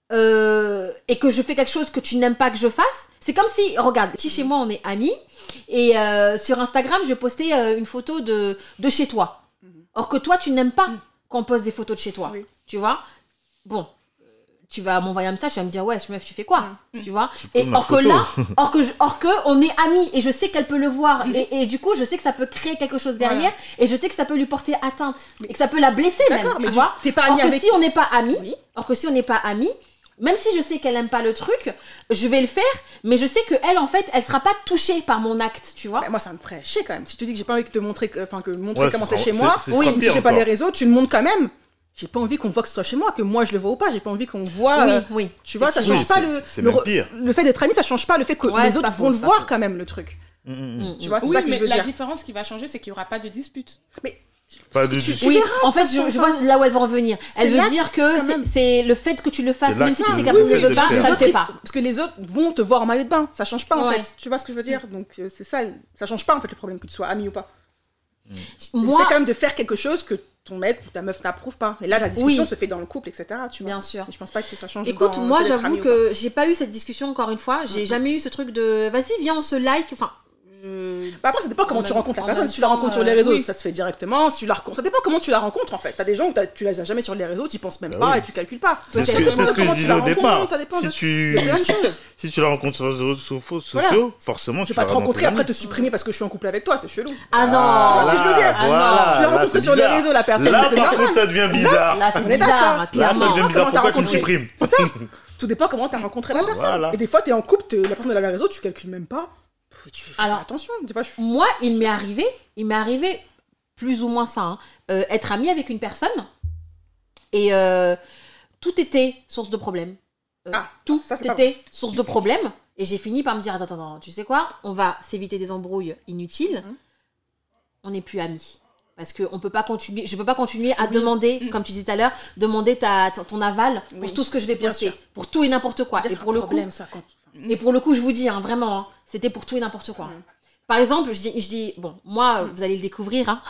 euh, et que je fais quelque chose que tu n'aimes pas que je fasse, c'est comme si, regarde, si chez moi, on est amis, et euh, sur Instagram, je vais poster euh, une photo de, de chez toi. Mhm. Or que toi, tu n'aimes pas Mhm. qu'on poste des photos de chez toi. Oui. Tu vois? Bon, euh, tu vas m'envoyer un message, tu vas me dire, ouais, meuf, tu fais quoi? Mhm. Tu vois? peux Et ma or que photo. là, or que, je- or que on est amis et je sais qu'elle peut le voir. Mhm. Et, et du coup, je sais que ça peut créer quelque chose derrière et je sais que ça peut lui porter atteinte et que ça peut la blesser même. D'accord, Tu mais vois? tu t'es pas Or ami que avec. si on n'est pas amis, Oui. or que si on n'est pas amis, Même si je sais qu'elle aime pas le truc, je vais le faire, mais je sais que elle, en fait, elle sera pas touchée par mon acte, tu vois. Bah, moi, ça me ferait chier quand même. Si tu dis que j'ai pas envie de te montrer, que- enfin, que montrer Ouais, comment ce c'est sera- chez moi, c'est- ce oui, sera si pire j'ai pas les encore. réseaux, tu le montres quand même. J'ai pas envie qu'on voit que ce soit chez moi, que moi je le vois ou pas. J'ai pas envie qu'on voit. Oui, euh, oui. Tu vois, ça Oui, change pas c'est- le. c'est le, même re- pire. le fait d'être ami, ça change pas le fait que Ouais, les c'est autres pas faux, vont le c'est pas voir faux. quand même, le truc. Mm, mm, mm. Mm, Tu mm. vois, c'est Oui, ça que mais je veux la dire. différence qui va changer, c'est qu'il n'y aura pas de dispute. Mais Pas de tu- du tu Oui, verras, en fait, de toute je, je façon. vois là où elle va en venir. C'est Elle veut l'acte, dire que quand c'est- même. c'est le fait que tu le fasses, C'est même si l'acte, tu sais le qu'elle fait ne de veut pas, le faire. ça le autres, fait pas. Parce que les autres vont te voir en maillot de bain. Ça change pas en Ouais. fait. Tu vois ce que je veux dire? Donc euh, c'est ça. Ça change pas en fait le problème que tu sois ami ou pas. Moi, C'est quand même de faire quelque chose que ton mec ou ta meuf n'approuve pas. Et là, la discussion Oui. se fait dans le couple, et cetera. Tu vois. bien sûr. Et je pense pas que ça change. Écoute, dans- moi d'être j'avoue ami ou que j'ai pas eu cette discussion encore une fois. J'ai Mhm. jamais eu ce truc de vas-y, viens, on se like. Enfin, je- Bah après, ça dépend comment En tu même- rencontres la en personne. même Si tu la temps, rencontres sur euh, les réseaux, oui. ça se fait directement. Si tu la rencontres, ça dépend comment tu la rencontres en fait. T'as des gens où t'as- tu les as jamais sur les réseaux, tu penses même Bah pas oui. et tu calcules pas. C'est ce Ça que, dépend c'est ce de que je comment tu disais la au départ. rencontres, ça dépend Si de- tu, de plein de choses. si tu la rencontres sur les réseaux sociaux, Voilà. sociaux, forcément, Je tu vais pas vas te avoir rencontrer tes après amis. te supprimer parce que je suis en couple avec toi, c'est chelou. Ah non, Tu vois ce que je veux dire? Ah non. Voilà, Tu l'as là, rencontré c'est sur les bizarre. réseaux, la personne, Là, c'est par normal. contre, ça devient bizarre. Là, c'est On est bizarre, d'accord. Là, ça clairement. devient bizarre. Comment t'as Pourquoi tu me rencontré supprimes? C'est ça. Tout dépend comment t'as rencontré la personne. Voilà. Et des fois, t'es en couple, t'es- la personne elle a les réseaux, tu calcules même pas. Pff, Tu fais Alors- attention. Des fois, je... Moi, il m'est arrivé, il m'est arrivé plus ou moins ça, hein, euh, être amie avec une personne et euh, tout était source de problème. Euh, Ah, tout ça, c'est pas était source de problème et j'ai fini par me dire attends, attends, attends, tu sais quoi, on va s'éviter des embrouilles inutiles, Mhm. on n'est plus amis. Parce que on peut pas continuer, je peux pas continuer à Oui. demander, Mhm. comme tu disais tout à l'heure, demander ta, ton, ton aval pour Oui. tout ce que je vais Bien poster, sûr. pour tout et n'importe quoi. Déjà, Et c'est pour un le coup, problème, ça, quand... et pour le coup, je vous dis, hein, vraiment, hein, c'était pour tout et n'importe quoi. Mhm. Par exemple, je dis, je dis bon, moi, vous allez le découvrir, hein.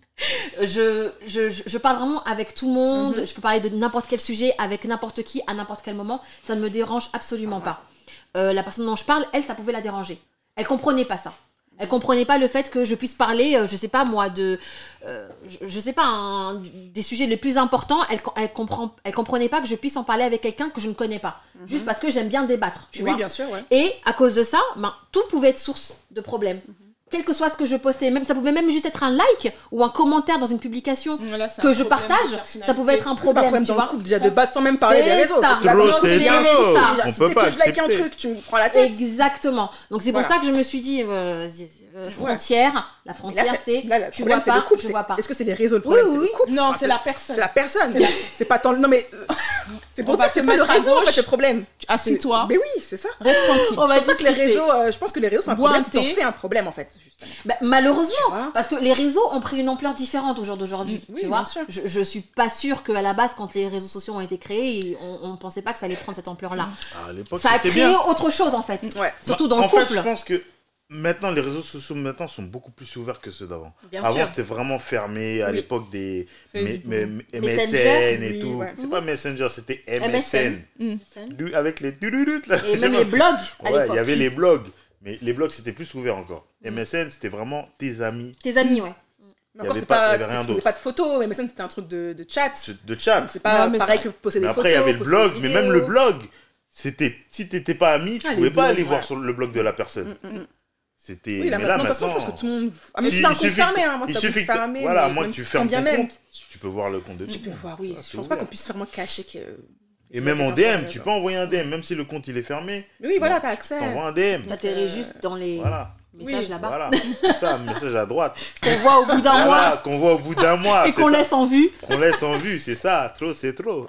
je, je, je- je parle vraiment avec tout le monde, Mhm. je peux parler de n'importe quel sujet, avec n'importe qui, à n'importe quel moment, ça ne me dérange absolument pas. Euh, la personne dont je parle, elle, ça pouvait la déranger. Elle comprenait pas ça. Elle comprenait pas le fait que je puisse parler, euh, je sais pas moi, de, euh, je, je sais pas, hein, des sujets les plus importants. Elle, co- elle comprend, elle comprenait pas que je puisse en parler avec quelqu'un que je ne connais pas, juste parce que j'aime bien débattre, tu Oui, vois. bien sûr, ouais. Et à cause de ça, ben, tout pouvait être source de problème. Quel que soit ce que je postais, même, ça pouvait même juste être un like ou un commentaire dans une publication Là, c'est que un je problème de partage, personnalité. ça pouvait être un C'est pas un problème, problème tu dans le vois. couple, déjà Ça, de base, sans même parler des c'est réseaux. ça. C'est la Trop, base, c'est c'est trop. déjà, On si peut dès pas que je like un accepter. truc, tu me prends la tête. Exactement. Donc c'est pour Voilà. ça que je me suis dit, euh, euh, frontière, la Et là, frontière c'est, là, le tu problème, vois c'est le pas, couple. je c'est- vois pas. Est-ce que c'est les réseaux le problème? Oui, C'est oui, le couple. Non, Enfin, c'est la personne. C'est la personne. C'est pas tant. Non, mais. euh, C'est pour On dire va que c'est te pas le mettre à réseau, en gauche. fait, le problème. Assis-toi. Mais oui, c'est ça. Reste tranquille. On Je va pense pas que les discuter. réseaux, euh, je pense que les réseaux, c'est un Bois problème un si t'en thé. fais un problème, en fait. justement. Bah, malheureusement, Tu vois. parce que les réseaux ont pris une ampleur différente au jour d'aujourd'hui. Oui, tu bien vois, sûr. je, je suis pas sûre qu'à la base, quand les réseaux sociaux ont été créés, on, on pensait pas que ça allait prendre cette ampleur-là. Ah, à l'époque, Ça a c'était créé bien. autre chose en fait, Ouais. surtout dans le en fait, couple. je pense que maintenant, les réseaux sociaux maintenant sont beaucoup plus ouverts que ceux d'avant. Bien Avant, sûr. c'était vraiment fermé à Oui. l'époque des Facebook. M- M- Messenger. M S N et Oui, tout. ouais. C'est pas Messenger, c'était M M S S N. N. Mm. Du- Avec les tururutes, là. Et Je même sais les pas. blogs à Ouais, il l'époque. y avait les blogs. Mais les blogs, c'était plus ouvert encore. Mm. M S N, c'était vraiment tes amis Tes amis, ouais. Mais y encore, avait c'est pas- il y pas. avait rien Tu faisais d'autre. pas de photos, mais M S N, c'était un truc de de chat. de chat. C'est pas Non, mais pareil ça- que poster Mais des après, photos. il y avait le poster blog. des Mais vidéos. même le blog, c'était si t'étais pas ami, tu Ah, les pouvais pas blogs, aller voir ouais. sur le blog de la personne. Mm, mm, mm. C'était. Oui, là, mais maintenant, de toute façon, je pense que tout le monde. Ah, mais Si, si t'as un il compte suffit fermé, que- hein. Moi, il t'as un compte suffit que- fermé. Voilà, mais moi, même tu si fermes quand bien ton même. compte, tu peux voir le compte de Tu tout. peux voir, oui. Ah, Je c'est pense pas ouvert. qu'on puisse vraiment cacher que. Et même en D M, tu peux envoyer un D M, même si le compte il est fermé. Mais oui, voilà, Non, t'as accès. T'envoies un D M. T'atterris euh, juste dans les Voilà, messages oui, là-bas, voilà. C'est ça, un message à droite. qu'on voit au bout d'un mois Voilà, qu'on voit au bout d'un mois. et c'est qu'on ça. laisse en vue. Qu'on laisse en vue, c'est ça. Trop, c'est trop.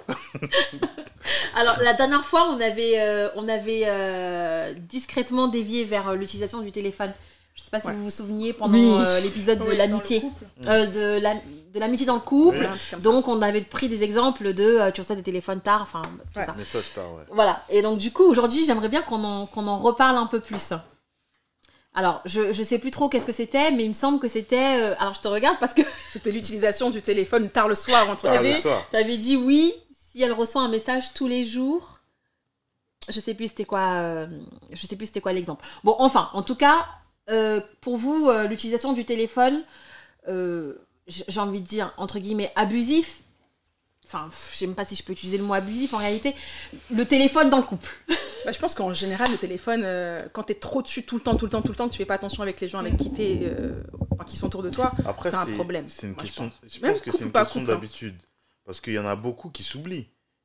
Alors, la dernière fois, on avait, euh, on avait euh, discrètement dévié vers euh, l'utilisation du téléphone. Je sais pas si Ouais. vous vous souveniez pendant Oui. euh, l'épisode de Oui, l'amitié. dans le couple. Euh, de la- de l'amitié dans le couple. Oui. Un truc comme ça. Donc, on avait pris des exemples de euh, tu reçois des téléphones tard, enfin, tout Ouais. ça. Message tard, ouais. Voilà. Et donc, du coup, aujourd'hui, j'aimerais bien qu'on en, qu'on en reparle un peu plus. Alors, je, je sais plus trop qu'est-ce que c'était, mais il me semble que c'était. euh, Alors, je te regarde parce que C'était l'utilisation du téléphone tard le soir entre Tard T'avais- le soir. tu avais dit oui si elle reçoit un message tous les jours. Je sais plus c'était quoi. euh, je sais plus c'était quoi l'exemple. Bon, enfin, en tout cas, euh, pour vous, euh, l'utilisation du téléphone, euh, j- j'ai envie de dire entre guillemets abusif. Enfin, pff, je sais même pas si je peux utiliser le mot abusif en réalité. Le téléphone dans le couple. Bah, je pense qu'en général, le téléphone, euh, quand t'es trop dessus tout le temps, tout le temps, tout le temps, que tu fais pas attention avec les gens avec qui t'es, euh, enfin, qui sont autour de toi, Après, c'est un problème. C'est une moi, je question, pense. je Même pense que couple c'est ou une pas question couple, hein. d'habitude. Parce qu'il y en a beaucoup qui s'oublient.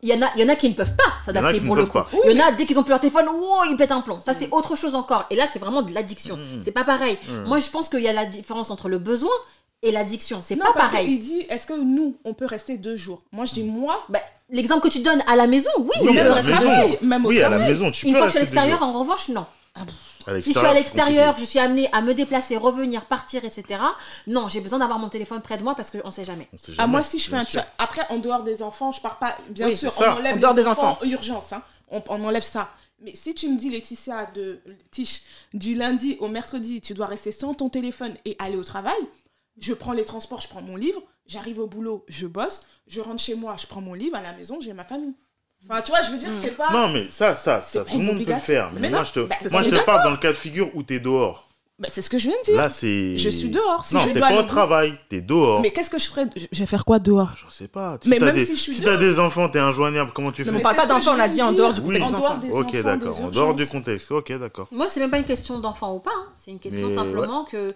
il y en a, il y en a qui ne peuvent pas s'adapter qui pour ne le peuvent coup. pas. Il y en a, dès qu'ils ont plus leur téléphone, wow, ils pètent un plomb. Ça, c'est Mm. autre chose encore. Et là, c'est vraiment de l'addiction. Mm. C'est pas pareil. Mm. Moi, je pense qu'il y a la différence entre le besoin et l'addiction. C'est Non, pas parce pareil. qu'il dit, est-ce que nous, on peut rester deux jours? Moi, je dis, moi, Bah, l'exemple que tu donnes à la maison, oui, Oui, on à peut la rester maison. deux jours. même au Oui, à la travail. maison, tu Une peux fois que je suis à rester deux l'extérieur, jours. en revanche, non. À Si je suis à c'est l'extérieur, compliqué. je suis amenée à me déplacer, revenir, partir, et cetera. Non, j'ai besoin d'avoir mon téléphone près de moi parce qu'on ne sait jamais. On sait Ah, jamais, moi, si je fais bien un sûr. chat. Après, en dehors des enfants, je pars pas. Bien Oui, sûr, c'est ça. on enlève En dehors les des enfants. enfants. Urgence, hein. On, on enlève ça. Mais si tu me dis, Laetitia, de Tiche, du lundi au mercredi, tu dois rester sans ton téléphone et aller au travail, je prends les transports, je prends mon livre, j'arrive au boulot, je bosse, je rentre chez moi, je prends mon livre, à la maison, j'ai ma famille. Enfin, tu vois, je veux dire, c'est pas. Non, mais ça, ça, C'est ça, pas tout le une monde peut le obligation. faire. Mais, Mais moi, non, je te, bah, c'est moi, ce je que te parle dans le cas de figure où t'es dehors. Bah, c'est ce que je viens de dire. Là, c'est. Je suis dehors. Si non, je t'es dois pas aller au au bout- travail, t'es dehors. Mais qu'est-ce que je ferais? Je vais faire quoi dehors? Je sais pas. Mais t'as même des, si je suis si dehors. t'as des enfants, t'es injoignable, comment tu Non, fais mais on Mais parle c'est pas ce que d'enfants, je on a viens dit de en dire. dehors du Oui. contexte En des dehors enfants. des Ok, enfants, d'accord. des En dehors du urgences. contexte. Ok, d'accord. Moi, c'est même pas une question d'enfant ou pas. hein. C'est une question Mais, simplement que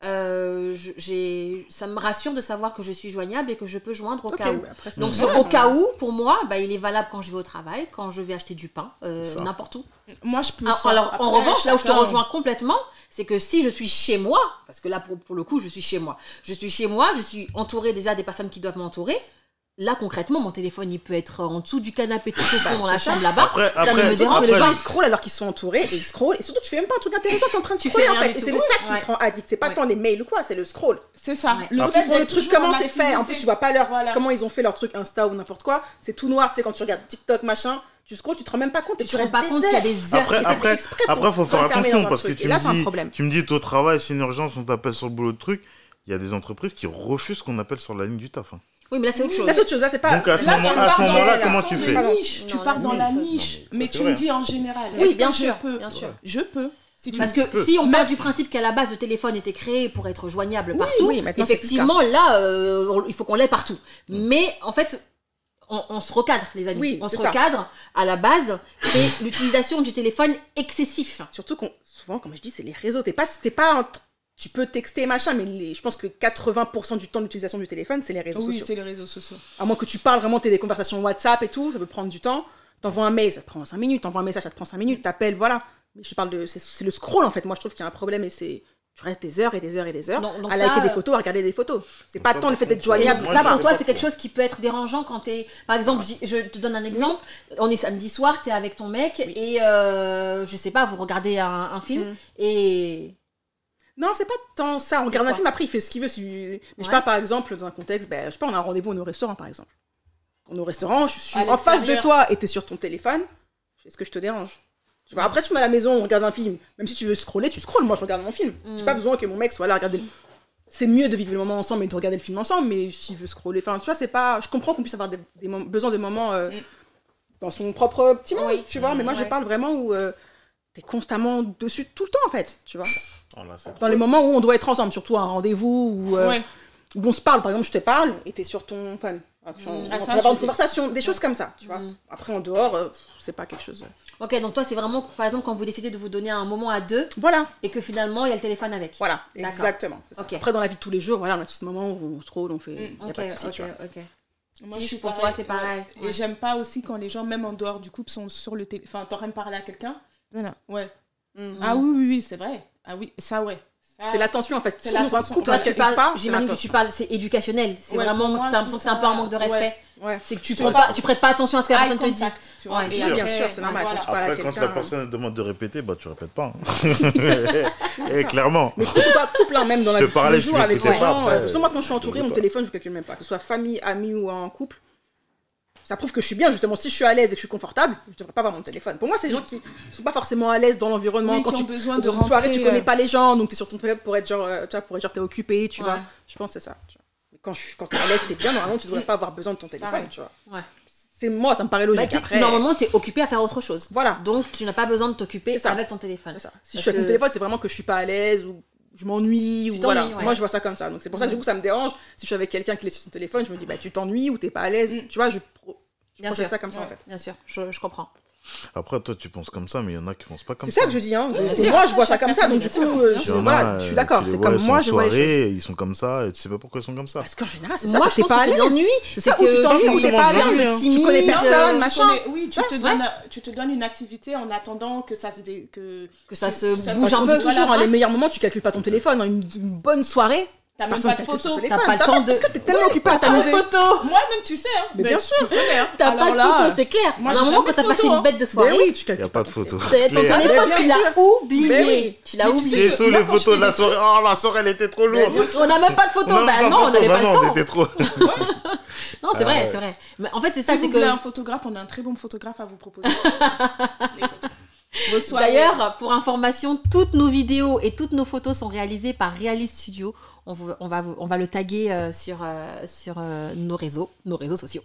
euh, je- j'ai, ça me rassure de savoir que je suis joignable et que je peux joindre au Ok, cas où. mais après, c'est Donc, une ce raison. au cas où, pour moi, bah, il est valable quand je vais au travail, quand je vais acheter du pain, euh, C'est ça. n'importe où. Moi, je peux. Ah, ça. alors, en Après, revanche, là où je te chacun- rejoins complètement, c'est que si je suis chez moi, parce que là, pour, pour le coup, je suis chez moi, je suis chez moi, je suis entourée déjà des personnes qui doivent m'entourer. Là, concrètement, mon téléphone, il peut être en dessous du canapé tout au fond dans la c'est ça. chambre là-bas. Après, Ça ne après, me dérange Que après, les gens je- ils scrollent alors qu'ils sont entourés et ils scrollent et surtout tu fais même pas un truc intéressant, t'es en train de Tu scroller fais en rien fait du et c'est tout. le ça qui Ouais. te rend addict, c'est pas Ouais. tant les mails ou quoi, c'est le scroll. C'est ça. Ouais. Le Quand fait ils font le d'être truc toujours comment en c'est fait, en plus activité. tu vois pas leur Voilà. comment ils ont fait leur truc Insta ou n'importe quoi, c'est tout noir, tu sais quand tu regardes TikTok machin, tu scrolles, tu te rends même pas compte et Tu tu te rends restes pas des compte qu'il y a heures. des heures. Après, Et c'est après, exprès pour après, faut faire t'enfermer dans attention un parce que truc. tu Et là, me c'est un dis, problème. tu me dis, t'es au travail, c'est une urgence, on t'appelle sur le boulot de truc. Il y a des entreprises qui refusent ce qu'on appelle sur la ligne du taf. hein. Oui, mais là, c'est autre chose. Là c'est autre chose, là c'est pas Donc, à ce là, moment- tu à ce pars dans- moment-là, là, comment dans tu des fais niches. Tu Non, pars là, dans c'est la autre chose. niche. Non, mais Mais ça, c'est tu me vrai. dis en général. Oui, est-ce que bien je sûr, peux bien sûr. Je peux. Si tu Parce me- que si on part du principe qu'à la base le téléphone était créé pour être joignable partout, oui, maintenant, c'est plus le effectivement là euh, on- il faut qu'on l'ait partout. Mais en fait on, on se recadre les amis, Oui, on se c'est ça. recadre à la base, c'est l'utilisation du téléphone excessif. Surtout qu'on souvent comme je dis c'est les réseaux, t'es pas t'es pas en- tu peux texter machin mais les- je pense que quatre-vingts pour cent du temps d'utilisation du téléphone c'est les réseaux Oui, sociaux. c'est les réseaux sociaux. À moins que tu parles vraiment, t'aies des conversations WhatsApp et tout, ça peut prendre du temps. T'envoies un mail, ça te prend cinq minutes. T'envoies un message, ça te prend cinq minutes. T'appelles, voilà. Mais je parle de. C'est c'est le scroll en fait. Moi je trouve qu'il y a un problème et c'est. Tu restes des heures et des heures et des heures Non, donc à ça, liker des euh, photos, à regarder des photos. C'est Donc pas ça, tant le par fait d'être contre, Et joignable. donc moi, ça je pour fais toi pas c'est quelque trop. chose qui peut être dérangeant quand t'es par exemple je, je te donne un exemple, on est samedi soir, t'es avec ton mec et euh, je sais pas vous regardez un, un film Mm. et Non, c'est pas tant ça. On regarde un quoi film, après il fait ce qu'il veut. si- Mais je sais Ouais. pas, par exemple, dans un contexte, ben, je sais pas, on a un rendez-vous au restaurant par exemple. On est au restaurant, je suis À en face de l'extérieur. toi et t'es sur ton téléphone. Est-ce que je te dérange? Tu vois, après, si tu es à la maison, on regarde un film. Même si tu veux scroller, tu scrolles. Moi, je regarde mon film. J'ai Mm. pas besoin que mon mec soit là à regarder. le- C'est mieux de vivre le moment ensemble et de regarder le film ensemble, mais s'il veut scroller, enfin, tu vois, c'est pas. Je comprends qu'on puisse avoir des, des mom- besoin de moments euh, Mm. dans son propre petit monde, Oui. tu vois. Mais moi, je Ouais. parle vraiment où euh, t'es constamment dessus tout le temps, en fait, tu vois. Oh, là, c'est Dans les moments où on doit être ensemble, surtout à un rendez-vous ou euh, Ouais. où on se parle, par exemple, je te parle et t'es sur ton fan. On Mm. va Ah, ça, avoir je une sais. conversation, des choses comme ça, tu vois. Mm. Après, en dehors, euh, c'est pas quelque chose. ok donc toi c'est vraiment par exemple quand vous décidez de vous donner un moment à deux Voilà. et que finalement il y a le téléphone avec. Voilà, D'accord. exactement. c'est ça. Ok. Après, dans la vie de tous les jours, voilà, on a tous ce moment où on scroll, on fait. Mm. Y a Ok pas de souci, ok tu vois. ok. Moi, Si, je suis pour toi, pareil, c'est pareil, ouais. ouais. Et j'aime pas aussi quand les gens, même en dehors du couple, sont sur le téléphone. Enfin, t'aurais me parler à quelqu'un. Voilà. Ouais. Mm. Ah oui, oui, oui, c'est vrai. Ah oui, ça, ouais. Ça- C'est l'attention en fait. C'est Si dans un l'attention. couple, Toi on tu quelque parles, part, c'est j'imagine que l'attention. tu parles, c'est éducationnel. C'est Ouais, vraiment, pour moi, t'as l'impression que je c'est un peu un manque de trouve ça- respect. Ouais. C'est que tu C'est prends pas- pas, tu prêtes pas attention à ce que la Eye personne te dit. contact, tu vois. Ouais, Et bien Bien après, sûr, c'est normal. voilà. Quand tu parles à Après, quand quelqu'un. la personne te demande de répéter, bah tu répètes pas. hein. C'est Et ça. clairement. Mais couple ou pas couple, hein, même dans la Je vie te de tous parlais, les tu jours avec les m'écoutais pas, gens. après, euh, De toute façon, moi, quand je suis entourée, je mon veux téléphone, je ne calcule même pas. Que ce soit famille, amis ou en couple. Ça prouve que je suis bien, justement. Si je suis à l'aise et que je suis confortable, je ne devrais pas avoir mon téléphone. Pour moi, c'est les gens qui sont pas forcément à l'aise dans l'environnement. Oui, Quand qui tu ont besoin de dans une soirée, tu rentrer, connais euh, pas les gens, donc tu es sur ton téléphone pour être genre, euh, tu vois, pour être genre, t'es occupé, tu Ouais. vois. Je pense que c'est ça. tu vois. Mais quand, je, quand t'es à l'aise, t'es bien, normalement, tu devrais pas avoir besoin de ton téléphone, Pareil. tu vois. Ouais. C'est moi, ça me paraît Bah, logique. t'es- Après, Normalement, t'es occupé à faire autre chose. voilà. Donc, tu n'as pas besoin de t'occuper C'est ça. avec ton téléphone. C'est ça. Si Parce je suis avec mon que- téléphone, c'est vraiment que je suis pas à l'aise ou je m'ennuie ou Tu voilà. t'ennuies, ouais. Moi, je vois ça comme ça. Donc c'est pour ça que du Mhm. coup, ça me dérange. Si je suis avec quelqu'un qui est sur son téléphone, je me dis bah tu t'ennuies ou t'es pas à l'aise. Mm. Tu vois, je, pro- je Bien projette sûr. ça comme ça en Ouais. fait. Bien sûr, je, je comprends. Après, toi, tu penses comme ça, mais il y en a qui pensent pas comme C'est ça. ça que je dis, hein. Je- Bien c'est sûr. moi, je vois ça Chaque comme ça, donc du personne, coup, bien euh, sûr. je- Il y en voilà, a, je suis euh, d'accord. tu les C'est vois, comme ils moi, sont je en vois les choses. soirée, ils sont comme ça, et tu sais pas pourquoi ils sont comme ça. Parce qu'en général, c'est ça, Moi, c'est je t'es pense pas à que c'est l'aise. l'ennui. C'est ça, c'est où tu que- t'ennuies, où t'es pas à Justement, l'aise, jamais, tu connais timide, personne, euh, machin. Tu connais- oui, tu Ça, te, ouais. donnes, tu te donnes une activité en attendant que ça se, dé- que, Que ça que se ça bouge Parce un qu'on peu. dit toujours, voilà. hein, les meilleurs moments, tu calcules pas ton téléphone. hein. Une, une bonne soirée, t'as même personne pas de calcule son photo. téléphone. T'as pas le temps de- Parce que t'es tellement occupé à Pas de t'amuser. photo. Moi-même, tu sais. Hein, Mais bien sûr. Tu connais, hein. T'as Alors pas de là, photo, c'est clair. moi, À un j'ai moment, jamais quand t'as de passé photo, une bête de Mais soirée, oui, tu Il calcules n'y a pas de photo. t'as- ton Claire. téléphone, bien tu sûr. l'as oublié. Mais oui. Tu l'as Mais tu Qui oublié. est sur Moi, les quand je photos fais de la des soirée? Oh, la soirée, elle était trop lourde. On n'a même pas de photo. On a Bah même non, pas on de n'avait photo. pas Bah le non, temps. t'étais trop. Non, c'est Ah vrai, ouais. c'est vrai. Mais en fait, c'est ça, Si c'est vous voulez que. un photographe, on a un très bon photographe à vous proposer. Les photos. Vos soirées. D'ailleurs, pour information, toutes nos vidéos et toutes nos photos sont réalisées par Realist Studio. On, vous- on, va, vous- on va le taguer euh, sur, euh, sur euh, nos réseaux, nos réseaux sociaux.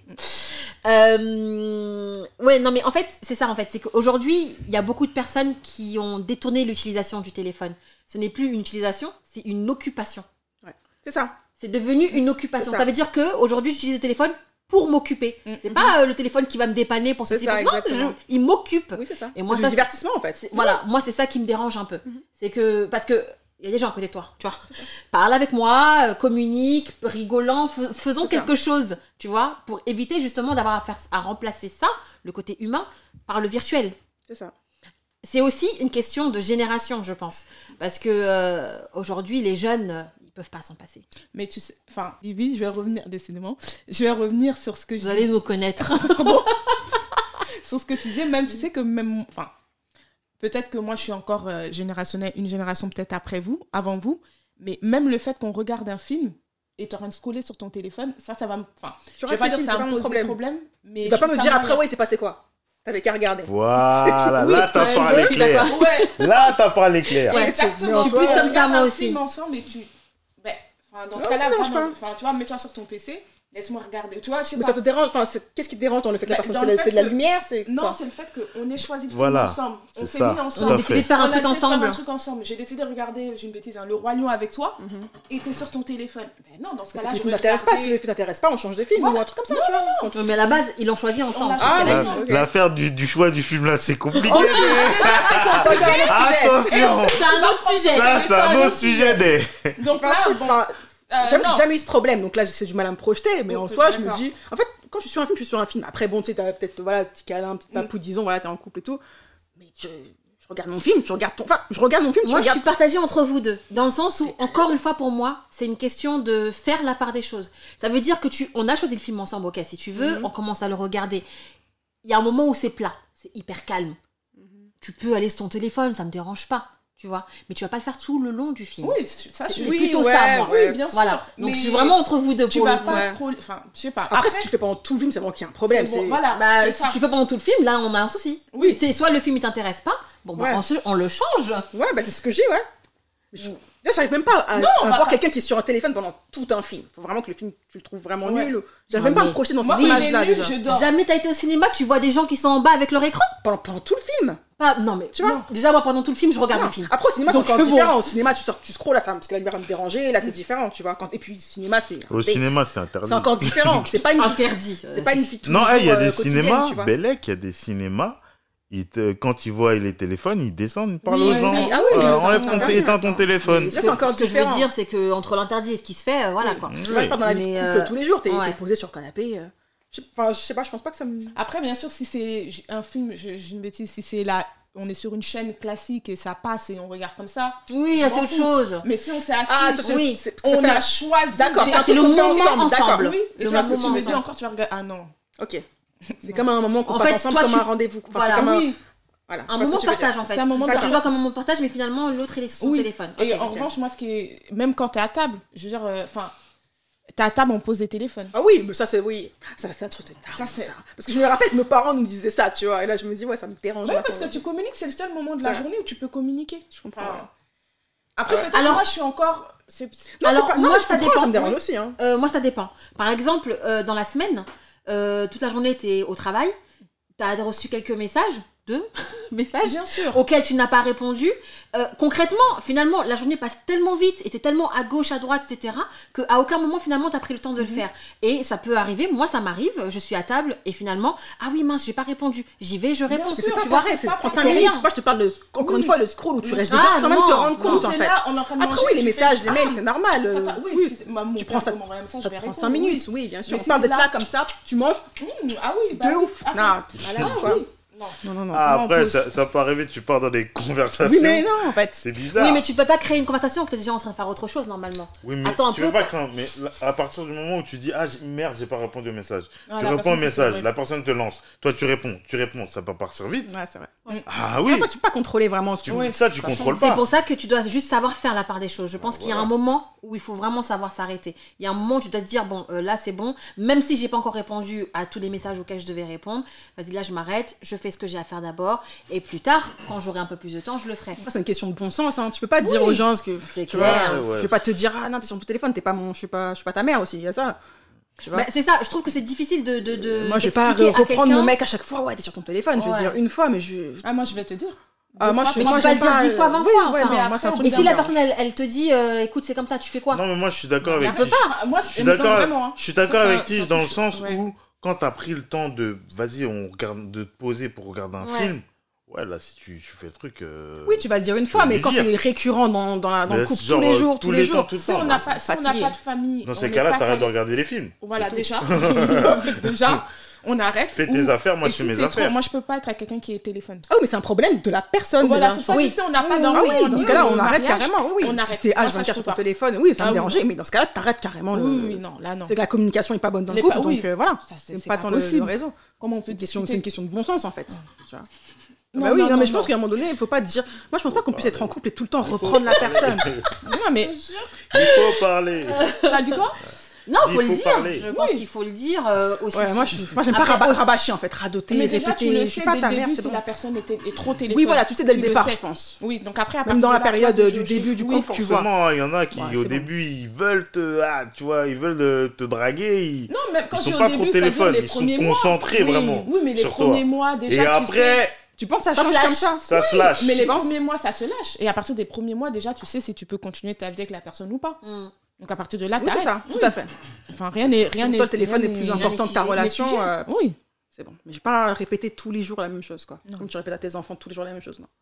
Euh, ouais, non, mais en fait, c'est ça, en fait. C'est qu'aujourd'hui, il y a beaucoup de personnes qui ont détourné l'utilisation du téléphone. Ce n'est plus une utilisation, c'est une occupation. C'est ça. C'est devenu une occupation. C'est Ça. ça. veut dire qu'aujourd'hui, j'utilise le téléphone pour m'occuper. Mm, C'est mm, pas euh, le téléphone qui va me dépanner pour C'est ceci. ça, pour- non, exactement. je- il m'occupe. Oui, c'est ça. Et moi, C'est ça, du divertissement, en fait. C'est- Voilà, moi c'est ça qui me dérange un peu. Mhm. C'est que parce que il y a des gens à côté de toi, tu vois. Parle avec moi, euh, communique, rigolant, fais- faisons C'est ça. quelque chose, tu vois, pour éviter justement d'avoir à faire à remplacer ça, le côté humain, par le virtuel. C'est ça. C'est aussi une question de génération, je pense, parce que euh, aujourd'hui les jeunes, euh, ils peuvent pas s'en passer. Mais tu sais, enfin, Livy, je vais revenir, décidément, je vais revenir sur ce que je Vous allez nous connaître. sur ce que tu disais, même tu sais que même, enfin, peut-être que moi je suis encore euh, générationnelle, une génération peut-être après vous, avant vous, mais même le fait qu'on regarde un film et t'es en train de scroller sur ton téléphone, ça, ça va me, enfin, Tu je vais pas regardes dire le ça film, va me c'est pas poser mon problème, mais Il va je pas me trouve dire ça après, moyen. ouais, il s'est passé quoi. T'avais qu'à regarder. Voilà, Oui, là, c'est t'as vrai, parlé je suis clair. d'accord. Ouais, Là, t'as parlé clair. Ouais. exactement. Je suis plus On comme ça, regarde moi un aussi. film ensemble et tu, ben, enfin, dans ce Non, cas-là, ça me dérange vraiment, pas. enfin, tu vois, mets-toi sur ton P C, laisse-moi regarder. Tu vois, je sais Mais pas. ça te dérange, enfin, c'est- qu'est-ce qui te dérange dans le fait que la Bah, personne, dans c'est le la- fait c'est de la que- lumière, c'est Non, quoi c'est le fait qu'on ait choisi le Voilà, film ensemble. On c'est s'est ça. mis On a ensemble. décidé de faire un On a truc décidé de faire ensemble. un truc ensemble. J'ai décidé de regarder, j'ai une bêtise, hein, le Roi Lion avec toi, et t'es sur ton téléphone. Ben non, dans ce C'est cas-là, que le je film vais t'intéresse pas, parce que regarder- le film t'intéresse pas, on change de film Voilà. ou un truc comme ça, tu vois. Quand tu- Ouais, mais à la base, ils l'ont choisi ensemble. On a- c'est ce qu'elle a Ah, dit. ok. L'affaire du, du choix du film là, c'est compliqué. Oh, c'est c'est encore un autre sujet. Attention, C'est un autre sujet. ça c'est un autre sujet. Des... Donc Enfin, là, je sais bon, pas, euh, Jamais, non. j'ai jamais eu ce problème, donc là j'ai du mal à me projeter, mais en Ok, soi je me d'accord. dis, en fait quand je suis sur un film, je suis sur un film. Après bon, tu sais, t'as peut-être voilà, petit câlin, petite Mm. papou, disons, voilà, t'es en couple et tout, mais je, je regarde mon film, tu regardes ton, enfin je regarde mon film, tu Moi, je regardes. suis partagée entre vous deux, dans le sens où, encore une fois, pour moi, c'est une question de faire la part des choses. Ça veut dire que tu, on a choisi le film ensemble, ok, si tu veux, Mhm. on commence à le regarder. Il y a un moment où c'est plat, c'est hyper calme. Tu peux aller sur ton téléphone, ça me dérange pas, tu vois, mais tu vas pas le faire tout le long du film. Oui, ça, C'est je c'est oui, plutôt ouais, ça, moi. ouais. Oui, bien sûr. Voilà. Donc, mais je suis vraiment entre vous deux tu pour vas le coup. pas ouais. scroller, enfin, je sais pas. Après, si tu le fais pendant tout le film, c'est vraiment qu'il y a un problème. c'est bon, c'est- voilà. Bah, c'est si ça. tu fais pendant tout le film, là, on a un souci. Oui. C'est soit le film il t'intéresse pas, bon, bah, Ouais. on, se- on le change. Ouais, bah c'est ce que je dis, ouais. Mais je- Déjà, j'arrive même pas à, Non, à on va voir pas- quelqu'un qui est sur un téléphone pendant tout un film. Faut vraiment que le film, tu le trouves vraiment Ouais. nul. ou- J'arrive Ouais, même pas à mais- me projeter dans Moi, cette quand il est image-là nul, déjà. je dors. Jamais t'as été au cinéma, tu vois des gens qui sont en bas avec leur écran. Pendant, pendant tout le film. Pas, non, mais Tu vois non. Déjà, moi, pendant tout le film, je regarde Non. le film. Après, au cinéma, c'est Donc, encore bon. différent. Au cinéma, tu sors, tu scrolles là, ça, parce que la lumière va me déranger. Là, c'est différent, tu vois. Quand... Et puis, le cinéma, c'est. un Au date. cinéma, c'est interdit. C'est encore différent. C'est pas une vie. Interdit. C'est pas une vie de tous Non, les hey, il y jours, a euh, des quotidienne, cinémas, tu vois. Bellec, il y a des cinémas, ils te- quand ils voient les téléphones, ils descendent, ils parlent Oui, aux oui, gens. oui. Ah oui, Euh, ça, enlève c'est ton, interdit, éteins ton maintenant. téléphone. Oui. Ce Ça, que, c'est encore ce que je veux différent. dire, c'est que entre l'interdit et ce qui se fait, euh, voilà quoi. Moi, je pars dans la vie de Mais, couple euh, tous les jours. T'es ouais. t'es posé sur le canapé. euh, je sais- Enfin, je sais pas, je pense pas que ça me. Après, bien sûr, si c'est j- un film, je- j'ai une bêtise, si c'est là, on est sur une chaîne classique et ça passe et on regarde comme ça. Oui, Je c'est m'en autre fou. chose. Mais si on s'est assis, Ah, toi, c'est- oui. c'est- ça on fait a un- choisi. D'accord, de- c'est un c'est truc le qu'on fait moment ensemble. D'accord. ensemble. Oui, et Le je vois ce que moment tu me dis ensemble. encore, tu vas regarder. Ah non. Ok. C'est comme un moment qu'on En passe fait, ensemble, toi, comme tu- un rendez-vous. Enfin, Voilà. c'est comme un. Oui. Voilà. je Un vois ce moment que de tu veux dire. partage en fait. C'est un moment de Toi, tu partage. le vois comme un moment de partage, mais finalement l'autre il est sur son Oui. téléphone. Et Ok, en ok. revanche, moi, ce qui est. Même quand t'es à table, je veux dire, euh, enfin, t'es à table, on pose des téléphones. Ah oui, mais ça c'est oui. Ça c'est un truc de taré, Ça, c'est- ça. Parce que je me rappelle que nos parents nous disaient ça, tu vois. Et là je me dis ouais, ça me dérange. Ouais, là, parce que quand- tu communiques, c'est le seul moment de la Ça. journée où tu peux communiquer. Je comprends. Enfin, Après, peut-être Alors- que moi, je suis encore. c'est- Non, Alors, c'est pas... moi, non, je ça comprends, dépend. Ça me dérange Oui. aussi, hein. Euh, moi, ça dépend. Par exemple, euh, dans la semaine, euh, toute la journée, tu es au travail, tu as reçu quelques messages. deux messages Bien sûr. auxquels tu n'as pas répondu. Euh, concrètement, finalement, la journée passe tellement vite et t'es tellement à gauche, à droite, et cetera, qu'à aucun moment, finalement, t'as pris le temps de le faire. Et ça peut arriver, moi, ça m'arrive, je suis à table et finalement, ah oui, mince, j'ai pas répondu. J'y vais, je réponds. C'est sûr, pas tu vois, pareil, c'est pas prends pareil. cinq C'est minutes. rien. Moi, je te parle de, encore Oui. une fois, le scroll où tu Oui. restes deux Ah, heures sans même non, te rendre compte, non, en t'es fait. là, on est en train de Après, manger, oui, les tu messages, fais, les mails, ah, c'est normal. euh, Tata, oui, Oui, si ma- mon tu père prends ça. peut m'envoyer un message, Ça je vais te prend répondre, cinq minutes, oui. oui, bien sûr. Mais On si parle t'es d'être là- là comme ça, tu manges Mmh, ah oui, bah de oui. ouf. Ah, Non, ah, malade, quoi. oui. Non. Non, non, non. Ah, comment on après, pose ça, ça peut arriver, tu pars dans des conversations. Oui, mais non, en fait. C'est bizarre. Oui, mais tu peux pas créer une conversation que t'es déjà en train de faire autre chose, normalement. Oui, mais Attends un tu peu, veux pas quoi. craindre, mais là, à partir du moment où tu dis ah j'ai- merde j'ai pas répondu au message, Ah, tu la réponds au personne te message, fait- la personne te lance, toi tu réponds, tu réponds, ça peut partir vite. Ouais, c'est vrai. Ah oui, Ça, tu peux pas contrôler vraiment ce que tu, tu Ouais. ça tu de toute contrôles C'est pas. pour ça que tu dois juste savoir faire la part des choses. Je pense qu'il y a voilà. un moment où il faut vraiment savoir s'arrêter. Il y a un moment où tu dois te dire, bon, euh, là c'est bon, même si j'ai pas encore répondu à tous les messages auxquels je devais répondre, vas-y, là je m'arrête, je fais ce que j'ai à faire d'abord, et plus tard, quand j'aurai un peu plus de temps, je le ferai. Après, c'est une question de bon sens, hein. Tu peux pas dire Oui. aux gens ce que C'est tu clair. vois. Ouais, ouais. Je vais pas te dire ah non t'es sur ton téléphone, t'es pas mon, je suis pas, je suis pas ta mère aussi. Il y a ça. Tu vois. Bah, c'est ça, je trouve que c'est difficile de. de, de Moi, je vais pas d'expliquer à reprendre quelqu'un. mon mec à chaque fois. Ouais, t'es sur ton téléphone. Je vais Ouais. dire une fois, mais je. Ah, moi, je vais te dire. Ah, Deux moi, fois, je Mais moi, tu peux pas j'aime le dire dix fois, vingt oui, fois, ouais, enfin. mais moi, c'est un Et truc Et qui si la me personne elle, elle te dit, euh, écoute, c'est comme ça, tu fais quoi? Non mais moi je suis d'accord avec Tu peux Tige. pas. Moi, Je suis non, d'accord, vraiment, hein. je suis d'accord Ça, avec ça- Tige ça dans le touche. sens Ouais. où quand t'as pris le temps de vas-y on regarde de te poser pour regarder un Ouais. film, ouais là si tu, tu fais le truc. euh, Oui, tu vas le dire une fois, vas mais lui quand dire. c'est récurrent dans, dans, la, dans le mais couple genre, tous les euh, jours, tous les jours. temps, tout le Si on temps. n'a c'est pas, si on n'a fatigué. pas de famille. Dans on ces n'est cas-là pas t'arrêtes de calé- regarder les films. Voilà, déjà. déjà, on arrête. Fais Ou- tes affaires, moi et je fais si mes t'es trop- affaires. Moi, je peux pas être avec quelqu'un qui est au téléphone. Ah oui, mais c'est un problème de la personne. Voilà, déjà, c'est je ça. pense. Si on n'a pas Oui, d'enfant, Ah oui, dans ce cas-là, on arrête mariage, carrément. Oui, oui. on Si arrête. t'es Moi, ça, H je vingt-quatre peux sur ton pas. téléphone, oui, ça Ah me oui, dérangeait, non. mais dans ce cas-là, t'arrêtes carrément le. Oui, oui, non, là, non. C'est que la communication est pas bonne dans le Les couple, pa- oui. donc euh, voilà. Ça, c'est- C'est c'est pas pas tant le, le possible. réseau. Comment on C'est peut une question, c'est discuter une question de bon sens en fait. Tu vois. Non, Bah oui, non, non, non, mais je pense non. qu'à un moment donné, il faut pas dire. Moi, je pense pas qu'on puisse être en couple et tout le temps reprendre la personne. Non, mais Il faut parler. t'as dit quoi? Non, Il faut le faut dire. parler. Je pense Oui. qu'il faut le dire euh, aussi. Ouais, moi, je, moi, j'aime pas Après, rabat- aussi- rabâcher en fait, radoter, Mais déjà, répéter. tu le Je sais suis pas dès ta le mère, début c'est si bon. la personne était, est trop téléphone. Oui, voilà, tu sais dès le le départ, sais. je pense. Oui, donc après, à Même partir dans de la là, période toi, euh, tu du joues au début du jeu. couple, Oui, tu vois. Forcément, il y en a qui Ouais, au c'est début ils veulent te, ah, tu vois, ils veulent te, te draguer. ils- Non, même quand Ils je sont dis pas au trop début, c'est-à-dire téléphone, les ils sont premiers mois. concentrés, Oui, vraiment, Oui, mais les sur toi. premiers mois, déjà, Et tu sais. après, Tu penses que ça Ça change se comme lâche. ça ça se lâche. Mais les penses premiers mois, ça se lâche. Et à partir des premiers mois, déjà, tu sais si tu peux continuer ta vie avec la personne ou pas. Mm. Donc à partir de là, Oui, c'est t'arrêtes. ça, tout Oui. à fait. Enfin, rien n'est. Rien Pour n'est. toi, le téléphone est rien plus n'est- important que ta figé, relation. figé. euh, Oui. C'est bon. Mais je vais pas répéter tous les jours la même chose, quoi. Non. Comme tu répètes à tes enfants tous les jours la même chose, non.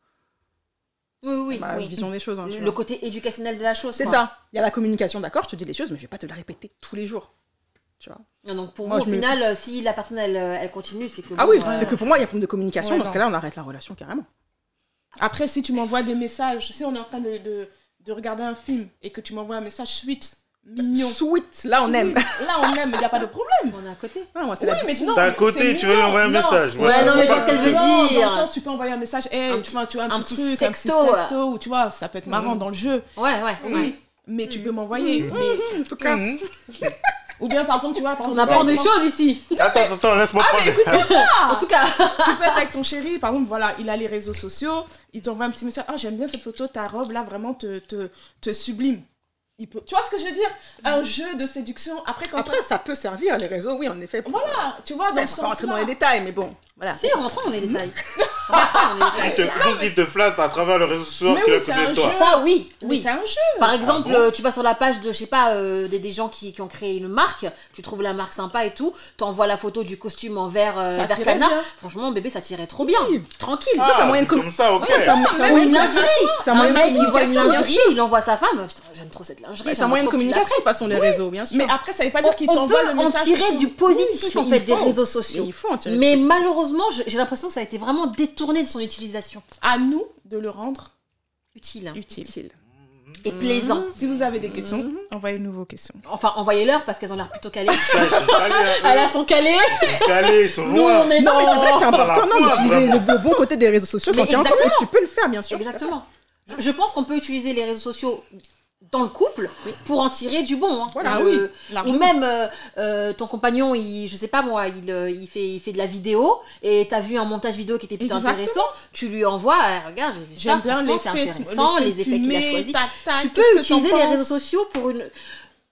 Oui, oui, C'est ma oui. vision des choses. hein, tu Le vois. côté éducationnel de la chose. C'est quoi. ça. Il y a la communication, d'accord, je te dis les choses, mais je vais pas te la répéter tous les jours. Tu vois. Non, donc pour Moi, vous, au je me- final, euh, si la personne elle, euh, elle continue, c'est que. Ah bon, oui, euh, c'est que pour moi, il y a un problème de communication. Ouais, Dans ce non. cas-là, on arrête la relation carrément. Après, si tu m'envoies des messages, si on est en train de, de, de regarder un film et que tu m'envoies un message suite, mignon. Sweet, là, on aime. Là, on aime, il n'y a pas de problème. On est à côté. Ah, moi, c'est Oui, l'addiction. mais non, T'as à mais côté, c'est tu veux lui mignon. envoyer un Non. message. Ouais, non, mais je pense qu'elle veut Non, dire. Dans le sens, tu peux envoyer un message, hey, Un tu, vois, tu vois, un, un petit petit truc, un petit sexto, sexto, ou tu vois, ça peut être marrant dans le jeu. Ouais, ouais. Oui, ouais. mais tu peux m'envoyer. mais- En tout cas, Ou bien, par exemple, tu vois, par On exemple, apprend des tu choses ici. Attends, attends, laisse-moi Ah, prendre. En tout cas. peux être avec ton chéri, par exemple, voilà, il a les réseaux sociaux, il t'envoie un petit message, ah, j'aime bien cette photo, ta robe, là, vraiment, te, te, te sublime. Il peut... Tu vois ce que je veux dire? Un jeu de séduction. Après, quand après, ça peut servir, les réseaux, oui, en effet. pour- Voilà, tu vois, Ça, dans on ce va pas rentrer dans les sens-là. détails, mais bon, voilà. Si, rentrons dans les détails. Rentrons dans les Il te- détails. Donc il te flatte à travers le réseau social Mais qu'il oui, a c'est côté de un toi. jeu. Ça, oui. Mais Oui. c'est un jeu. Par exemple, bon euh, tu vas sur la page de, je sais pas, euh, des, des gens qui, qui ont créé une marque, tu trouves la marque sympa et tout, t'envoies la photo du costume en vert, euh, Ça vert tirait canard. bien. Franchement, bébé, ça tirait trop bien. Oui. Tranquille. Ça, c'est un moyen de com- comme ça, ok. Ouais, c'est un- c'est un Ou moyen une de lingerie. C'est un Un moyen de mec qui voit une communication, bien lingerie, il envoie sa femme. Putain, j'aime trop cette lingerie. C'est un moyen de j'aimerais trop que tu la communication, de toute façon, les réseaux, bien sûr. Mais après, ça veut pas dire qu'il on t'envoie peut le en message. tirer du positif Oui, en mais fait il des faut. réseaux Mais sociaux. il faut en tirer du Mais positif. malheureusement, je- j'ai l'impression que ça a été vraiment détourné de son utilisation. À nous de le rendre Utile utile. Utile. et plaisant. Si vous avez des questions, envoyez-nous vos questions. Enfin, envoyez-leur parce qu'elles ont l'air plutôt calées. Ça, ils sont calés, hein. Elles sont calées. Ils sont calés, ils sont Nous, loin. on est Non, mais c'est vrai que c'est Dans la important non, pointe, d'utiliser le, le bon côté des réseaux sociaux Mais quand tu es en couple. exactement. Tu peux le faire, bien sûr. Exactement. Je, je pense qu'on peut utiliser les réseaux sociaux dans le couple pour en tirer du bon. Hein. Voilà, Je- oui, Ou largement. même euh, euh, ton compagnon, il, je sais pas moi, il, euh, il, fait, il fait de la vidéo et t'as vu un montage vidéo qui était plutôt Exactement. intéressant, tu lui envoies, euh, regarde, j'ai vu ça, J'aime bien franchement, les c'est faits, intéressant, le fait les effets qu'il a fumé, choisis. tac, tac, Tu qu'est-ce peux que t'en utiliser les penses? réseaux sociaux pour une...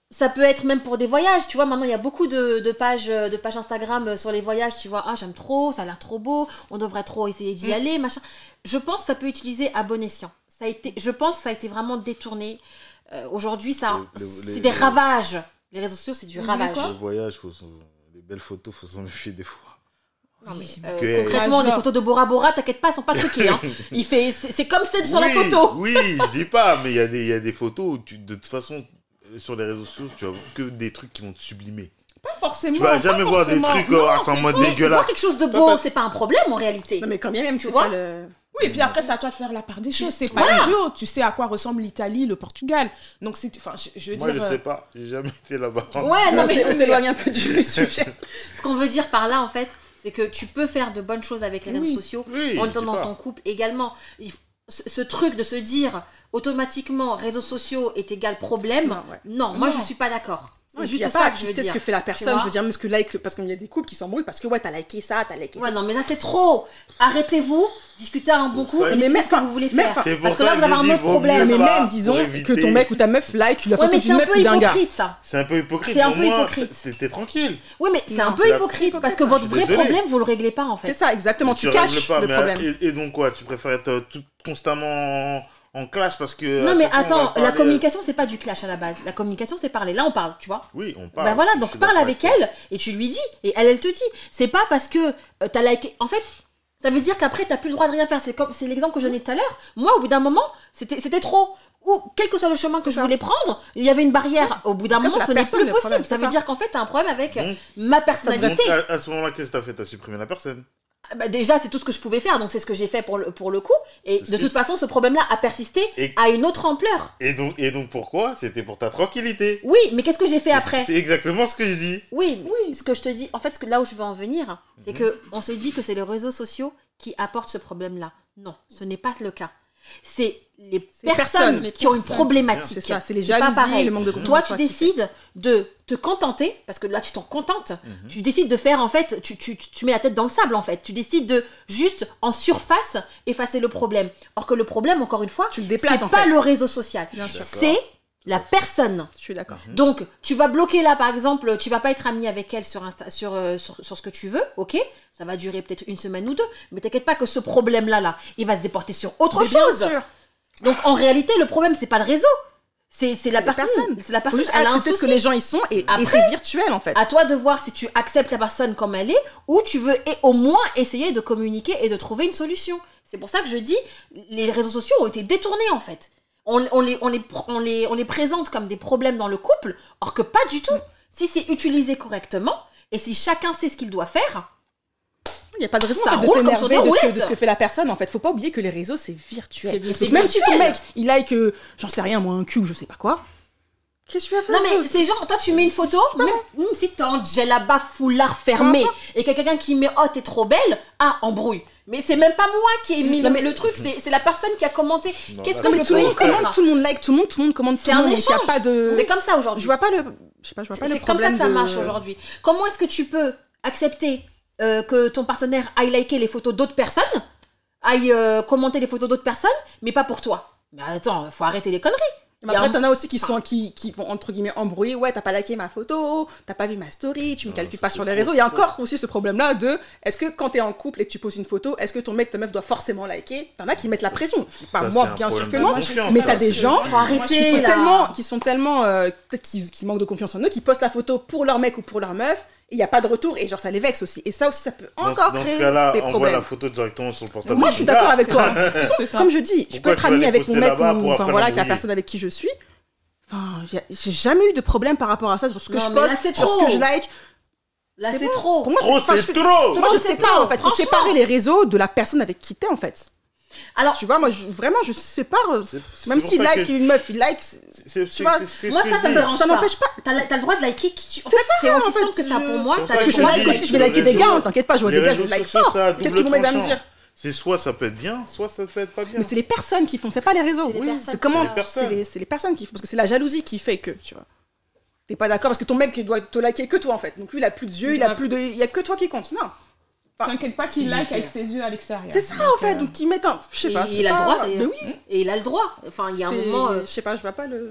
ça peut être même pour des voyages, tu vois, maintenant il y a beaucoup de, de, pages, de pages Instagram sur les voyages, tu vois, ah j'aime trop, ça a l'air trop beau, on devrait trop essayer d'y mmh. aller, machin. Je pense que ça peut utiliser à bon escient. Ça a été, je pense que ça a été vraiment détourné. Euh, aujourd'hui, ça, le, le, c'est les, des les... ravages. Les réseaux sociaux, c'est du ravage. Les voyages, faut s'en... les belles photos, faut s'en méfier des fois. Non, mais, euh, que... concrètement, des photos de Bora Bora, t'inquiète pas, elles sont pas truquées. Hein. Il fait, c'est, c'est comme celle sur oui, la photo. Oui, je dis pas, mais il y a des, il y a des photos où tu, de toute façon, sur les réseaux sociaux, tu as que des trucs qui vont te sublimer. Pas forcément. Tu vas jamais voir forcément. des trucs non, euh, en mode dégueulasse. Voir quelque chose de beau, pas... c'est pas un problème en réalité. Non, mais quand bien même, tu vois. Le... Oui, et puis après, c'est à toi de faire la part des choses. C'est pas voilà. idiot. Tu sais à quoi ressemble l'Italie, le Portugal. Donc, c'est, enfin, je, je veux Moi, dire. Moi, je sais pas. J'ai jamais été là-bas. Ouais, non, mais on s'éloigne un peu du sujet. Ce qu'on veut dire par là, en fait, c'est que tu peux faire de bonnes choses avec les réseaux oui. sociaux oui, en étant dans ton couple également. Il, ce, ce truc de se dire automatiquement réseaux sociaux est égal problème, non, ouais. non moi, non. je suis pas d'accord. C'est ouais, juste ça que je veux dire. Ce que fait la personne, je veux dire, parce que like, parce qu'il y a des couples qui s'embrouillent parce que ouais, t'as liké ça, t'as liké ouais, ça. non, mais là c'est trop. Arrêtez-vous, discutez un bon coup et mais même ce que vous voulez faire. Parce que là vous avez un autre problème. Mais même, disons que ton mec ou ta meuf like la photo d'une meuf ou d'un gars. C'est un peu hypocrite ça. C'est un peu hypocrite. C'est un peu hypocrite. T'es tranquille. Oui, mais c'est un peu hypocrite parce que votre vrai problème vous le réglez pas en fait. C'est ça, exactement. Tu caches le problème. Et donc quoi, tu préfères être constamment en clash parce que... Non mais attends, la communication c'est pas du clash à la base. La communication c'est parler. Là on parle, tu vois. Oui, on parle. Ben voilà, donc parle avec elle et tu lui dis. Et elle, elle te dit. C'est pas parce que euh, t'as liké... En fait, ça veut dire qu'après t'as plus le droit de rien faire. C'est comme, c'est l'exemple que je donnais tout à l'heure. Moi au bout d'un moment, c'était, c'était trop. Ou quel que soit le chemin que c'est je ça. voulais prendre, il y avait une barrière. Au bout d'un moment, ce n'est plus possible. Problème, ça veut ça. dire qu'en fait t'as un problème avec donc, ma personnalité. Donc, à, à ce moment-là, qu'est-ce que t'as fait? T'as supprimé la personne? Bah déjà, c'est tout ce que je pouvais faire, donc c'est ce que j'ai fait pour le, pour le coup. Et de toute façon, ce problème-là a persisté et... à une autre ampleur. Et donc, et donc pourquoi? C'était pour ta tranquillité. Oui, mais qu'est-ce que j'ai fait c'est, après? C'est exactement ce que je dis. Oui, oui, ce que je te dis, en fait, ce que, là où je veux en venir, c'est mm-hmm. qu'on se dit que c'est les réseaux sociaux qui apportent ce problème-là. Non, ce n'est pas le cas. C'est les personnes, personnes les qui personnes. ont une problématique. C'est ça, c'est les jalousies, le manque de confiance. Toi, tu décides de te contenter, parce que là, tu t'en contentes. Mm-hmm. Tu décides de faire, en fait, tu, tu, tu mets la tête dans le sable, en fait. Tu décides de juste, en surface, effacer le problème. Or que le problème, encore une fois, tu le déplaces, c'est en pas fait. le réseau social. Bien sûr. C'est la personne. Je suis d'accord. Mm-hmm. Donc, tu vas bloquer là, par exemple, tu vas pas être ami avec elle sur, Insta, sur, euh, sur, sur ce que tu veux, ok? Ça va durer peut-être une semaine ou deux. Mais t'inquiète pas que ce problème-là, là, il va se déporter sur autre mais chose. Bien sûr. Donc en réalité, le problème c'est pas le réseau, c'est, c'est la personne. personne. C'est la personne. Faut juste accepter ce que les gens y sont et, Après, et c'est virtuel en fait. À toi de voir si tu acceptes la personne comme elle est ou tu veux et au moins essayer de communiquer et de trouver une solution. C'est pour ça que je dis, les réseaux sociaux ont été détournés en fait. On, on, les, on, les, on, les, on les présente comme des problèmes dans le couple, or que pas du tout. Si c'est utilisé correctement et si chacun sait ce qu'il doit faire. Il n'y a pas de raison en fait, de s'énerver de ce, que, de ce que fait la personne en fait. Faut pas oublier que les réseaux c'est virtuel. C'est, c'est même virtuel. Si ton mec il like, euh, j'en sais rien moi, un cul ou je sais pas quoi. Qu'est-ce que tu vas faire? Non mais c'est genre, toi tu mets une photo, même, même si t'es en djellaba foulard fermé et qu'il y a quelqu'un qui met oh t'es trop belle, ah embrouille. Mais c'est même pas moi qui ai mis non, le, mais... le truc, c'est, c'est la personne qui a commenté. Non, Qu'est-ce que je tout le monde commente, tout le monde like, tout le monde, tout le monde commente, c'est tout le monde. C'est un échange. Y a pas de... C'est comme ça aujourd'hui. Je vois pas le, je sais pas, je vois pas c'est, le c'est problème. C'est comme ça que de... ça marche aujourd'hui. Comment est-ce que tu peux accepter Euh, que ton partenaire aille liker les photos d'autres personnes, aille euh, commenter les photos d'autres personnes, mais pas pour toi? Mais attends, faut arrêter les conneries. Mais après, un... t'en as aussi qui, sont, qui, qui vont entre guillemets embrouiller. Ouais, t'as pas liké ma photo, t'as pas vu ma story, tu me calcules pas sur les réseaux. Il y a encore aussi ce problème-là de est-ce que quand t'es en couple et que tu poses une photo, est-ce que ton mec, ta meuf doit forcément liker? T'en as qui mettent la pression. Pas ça, moi, bien sûr que non. Mais t'as des gens qui sont tellement, qui sont tellement euh, peut-être qui, qui manquent de confiance en eux, qui postent la photo pour leur mec ou pour leur meuf. Il n'y a pas de retour et genre ça les vexe aussi. Et ça aussi, ça peut encore dans, créer dans ce cas-là, des problèmes. Envoie la photo directement sur le portable. Moi, je suis d'accord avec toi. Comme je dis, je peux être amie avec mon mec ou enfin voilà, avec la personne avec qui je suis. Enfin, j'ai, j'ai jamais eu de problème par rapport à ça sur ce que non, je poste, là, sur ce que je like. Là, c'est, c'est trop. Pour moi, trop, c'est, c'est trop. Moi, je sais pas en fait. Faut séparer les réseaux de la personne avec qui t'es en fait. Alors, tu vois, moi, je, vraiment, je sépare. C'est, c'est même s'il like que... une meuf, il like. C'est, c'est, tu vois, c'est, c'est moi, ça, ça me dérange ça pas. n'empêche pas. T'as, t'as le droit de liker qui tu. En c'est fait, ça, c'est aussi en fait, simple que ça pour moi. Parce que je like aussi, je vais liker des gars, t'inquiète pas, je vois des gars, je like fort. Qu'est-ce que mon mec va me dire? C'est soit ça peut être bien, soit ça peut être pas bien. Mais c'est les personnes qui font, c'est pas les réseaux. C'est, les c'est comment c'est les, c'est les personnes qui font, parce que c'est la jalousie qui fait que, tu vois. T'es pas d'accord parce que ton mec doit te liker que toi en fait. Donc lui il a plus d'yeux, il a plus de, il y a que toi qui compte. Non. Enfin, t'inquiète pas qu'il like avec ses yeux à l'extérieur. C'est ça en fait, donc ils mettent un, je sais pas. Il a le droit d'ailleurs. Mais oui. Et il a le droit. Enfin il y a un moment. Je sais pas, je vois pas le.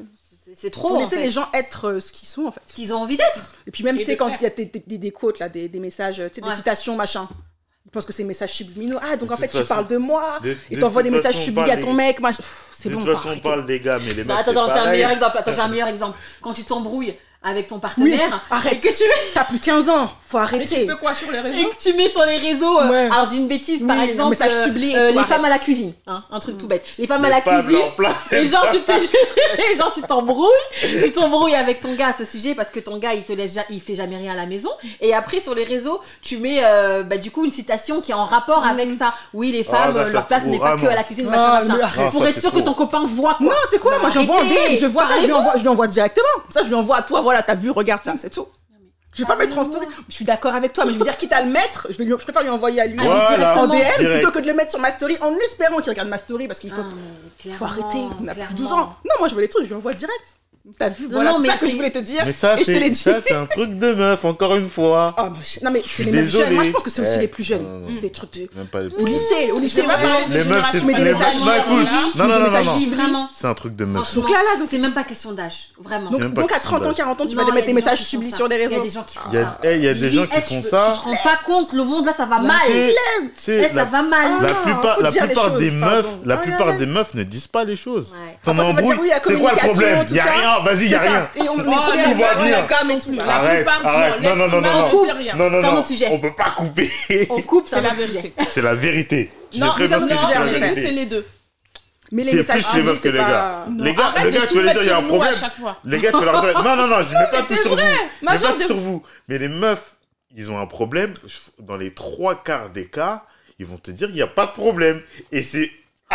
C'est- C'est trop, Faut en laisser fait. les gens être euh, ce qu'ils sont, en fait. Ce qu'ils ont envie d'être. Et puis même, Et tu sais, de quand faire. il y a des, des, des, des quotes, là, des, des messages, tu sais, des Ouais. citations, machin. Je pense que c'est des messages subliminaux. Ah, donc De en fait, toute tu façon- parles de moi. De- Et de t'envoies des toute messages façon, on subliminés à parle ton des- mec. machin. Pff, C'est De bon, toute faut façon, on arrêter. parle des gars, mais les meufs. Bah, attends, c'est attends, j'ai un pareil. meilleur exemple. Attends, j'ai un meilleur exemple. Quand tu t'embrouilles avec ton Oui, partenaire, arrête. et que tu T'as plus quinze ans. Faut Et arrêter. tu fais quoi sur les et réseaux que tu mets sur les réseaux, euh, Ouais. alors j'ai une bêtise par Oui, un exemple, message sublime et euh, tout, les arrête. femmes à la cuisine, hein, un truc tout bête. Les femmes à Les la femmes cuisine, en place, et genre tu te, et genre tu t'embrouilles, tu t'embrouilles avec ton gars à ce sujet parce que ton gars il te laisse, ja- il fait jamais rien à la maison. Et après sur les réseaux, tu mets euh, bah, du coup une citation qui est en rapport avec ça. Oui, les femmes, bah, euh, ça, leur place c'est n'est trop. pas Ah, que non. à la cuisine, Ah, machin, mais machin. arrête. Pour Ça, être c'est sûr que trop. ton copain voit quoi. Non, tu sais quoi, Bah, moi j'envoie en D arrêtez. M, je vois ça, je lui Parlez-vous. envoie, je lui envoie directement. Ça, je lui envoie à toi, voilà, t'as vu, regarde ça, c'est tout. Je vais pas mettre en Parlez-moi. story. Je suis d'accord avec toi, mais je veux dire, quitte à le mettre, je, vais lui, je préfère lui envoyer à lui Allez, Voilà. directement. en D M Direct. plutôt que de le mettre sur ma story en espérant qu'il regarde ma story parce qu'il faut, Ah, mais faut clairement, arrêter. On a plus de douze clairement. ans. Non, moi je veux les trucs, je lui envoie direct. T'as vu, Non, voilà, non, c'est mais ça que c'est- je voulais te dire. Mais ça, Et je te l'ai c'est dit. ça, c'est un truc de meuf, encore une fois. Oh, moi, je- non, mais c'est suis les meufs jeunes. désolé. Moi je pense que c'est aussi Eh, les plus jeunes. non, non, C'est des trucs de. Même pas les Au lycée, au lycée, C'est pas vraiment. parler de Les meufs, génération. c'est mets des les messages meufs- libres, bah, écoute, là. Tu Non, mets non, des non, messages non, libres. Vraiment. C'est un truc de meuf. Franchement, Donc là, là, donc- c'est même pas question d'âge, vraiment. Donc, même pas donc à question trente ans, d'âge. quarante ans, tu Non, vas aller il y a mettre des gens messages qui font sublis ça. sur les Il y a réseaux. des gens qui font Il y a, ça. eh, il y a des Vivi, gens qui eh, font tu, ça. Tu te rends pas compte, le monde là ça va mal. C'est- Eh, c'est ça la, va mal. Ah, la faut plupart, la dire les plupart choses, des pardon. meufs, la Ouais, plupart ouais. des meufs ne disent pas les choses. Ouais. Ton Après, ça va embrouille, dire, oui, la c'est quoi le communication, problème tout Y a ça. rien, vas-y, y a C'est ça. rien. Et on Oh, les les premiers tout à va dire, bien. ouais, gars non plus. La Arrête, plupart, non, arrête, l'être non, non, non, humain, non, on non. ne dit rien. Non, non, C'est un non, autre sujet. on peut pas couper. On coupe, C'est ça la va vérité. C'est la vérité. Je sais Non, très mais bien non, ce que c'est la j'ai j'ai dit vérité. c'est les deux. Mais les C'est messages plus les meufs sublis, que les c'est gars. pas. Les gars, Arrête le de gars, tout tu veux mettre dire, il y a sur un nous à problème. chaque fois. Les gars, tu veux leur dire, non, non, non, je mets pas tout c'est sur vous. vrai. Je Moi, mets genre pas de- tout sur vous. Mais les meufs, ils ont un problème. Dans les trois quarts des cas, ils vont te dire, il n'y a pas de problème. Et c'est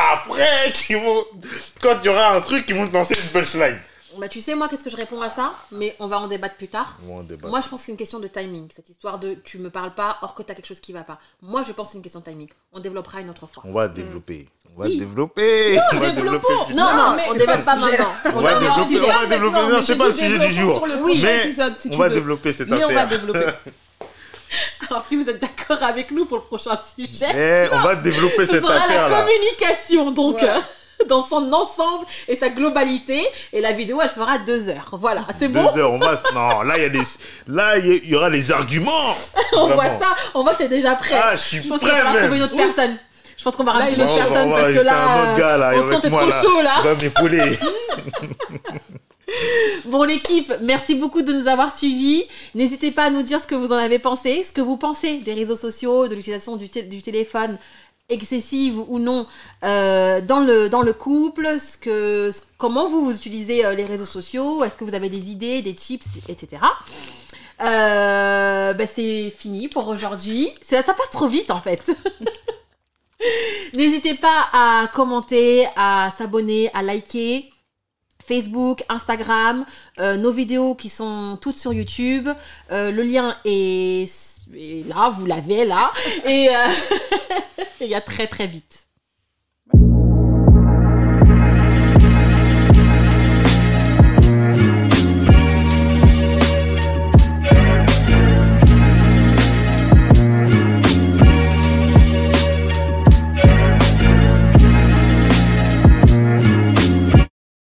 après qu'ils vont, quand il y aura un truc, ils vont te lancer une punchline. Bah tu sais moi qu'est-ce que je réponds à ça, mais on va en débattre plus tard. Ils vont en débattre. Moi je pense que c'est une question de timing, cette histoire de tu me parles pas or que t'as quelque chose qui va pas. Moi je pense que c'est une question de timing. On développera une autre fois. On va développer. On va Oui. développer. On va développons. développer. Non, non, mais on c'est développe pas pas le sujet. maintenant. On va est hors développer, sujet. on va développer. Non, c'est pas le sujet du jour. Sur le Oui. prochain Mais épisode, si on tu va veux. développer cette Mais on va affaire. développer. Alors si vous êtes d'accord avec nous pour le prochain sujet, Eh, on va développer ce cette sera la affaire là. communication donc Ouais. euh, dans son ensemble et sa globalité et la vidéo elle fera deux heures. Voilà, c'est Deux bon. heures, on va. Non, là il y a des, là il y a- il y aura les arguments. On voit Vraiment. ça, on voit que t'es déjà prêt. Ah, je suis Je pense qu'il prêt va falloir même. trouver une autre personne. Je pense qu'on va rajouter une autre Bon, personne on va parce que rajouter un là, autre gars, là, on te avec sent t'es moi, trop là. chaud là. Il va m'épauler. Bon l'équipe, merci beaucoup de nous avoir suivis. N'hésitez pas à nous dire ce que vous en avez pensé, ce que vous pensez des réseaux sociaux, de l'utilisation du, té- du téléphone excessive ou non euh, dans, le, dans le couple, ce que, ce- comment vous, vous utilisez euh, les réseaux sociaux, est-ce que vous avez des idées, des tips, et cetera. Euh, bah, c'est fini pour aujourd'hui. C'est- Ça passe trop vite en fait. N'hésitez pas à commenter, à s'abonner, à liker. Facebook, Instagram, euh, nos vidéos qui sont toutes sur YouTube. Euh, le lien est, est là, vous l'avez là. Et euh, et à très très vite.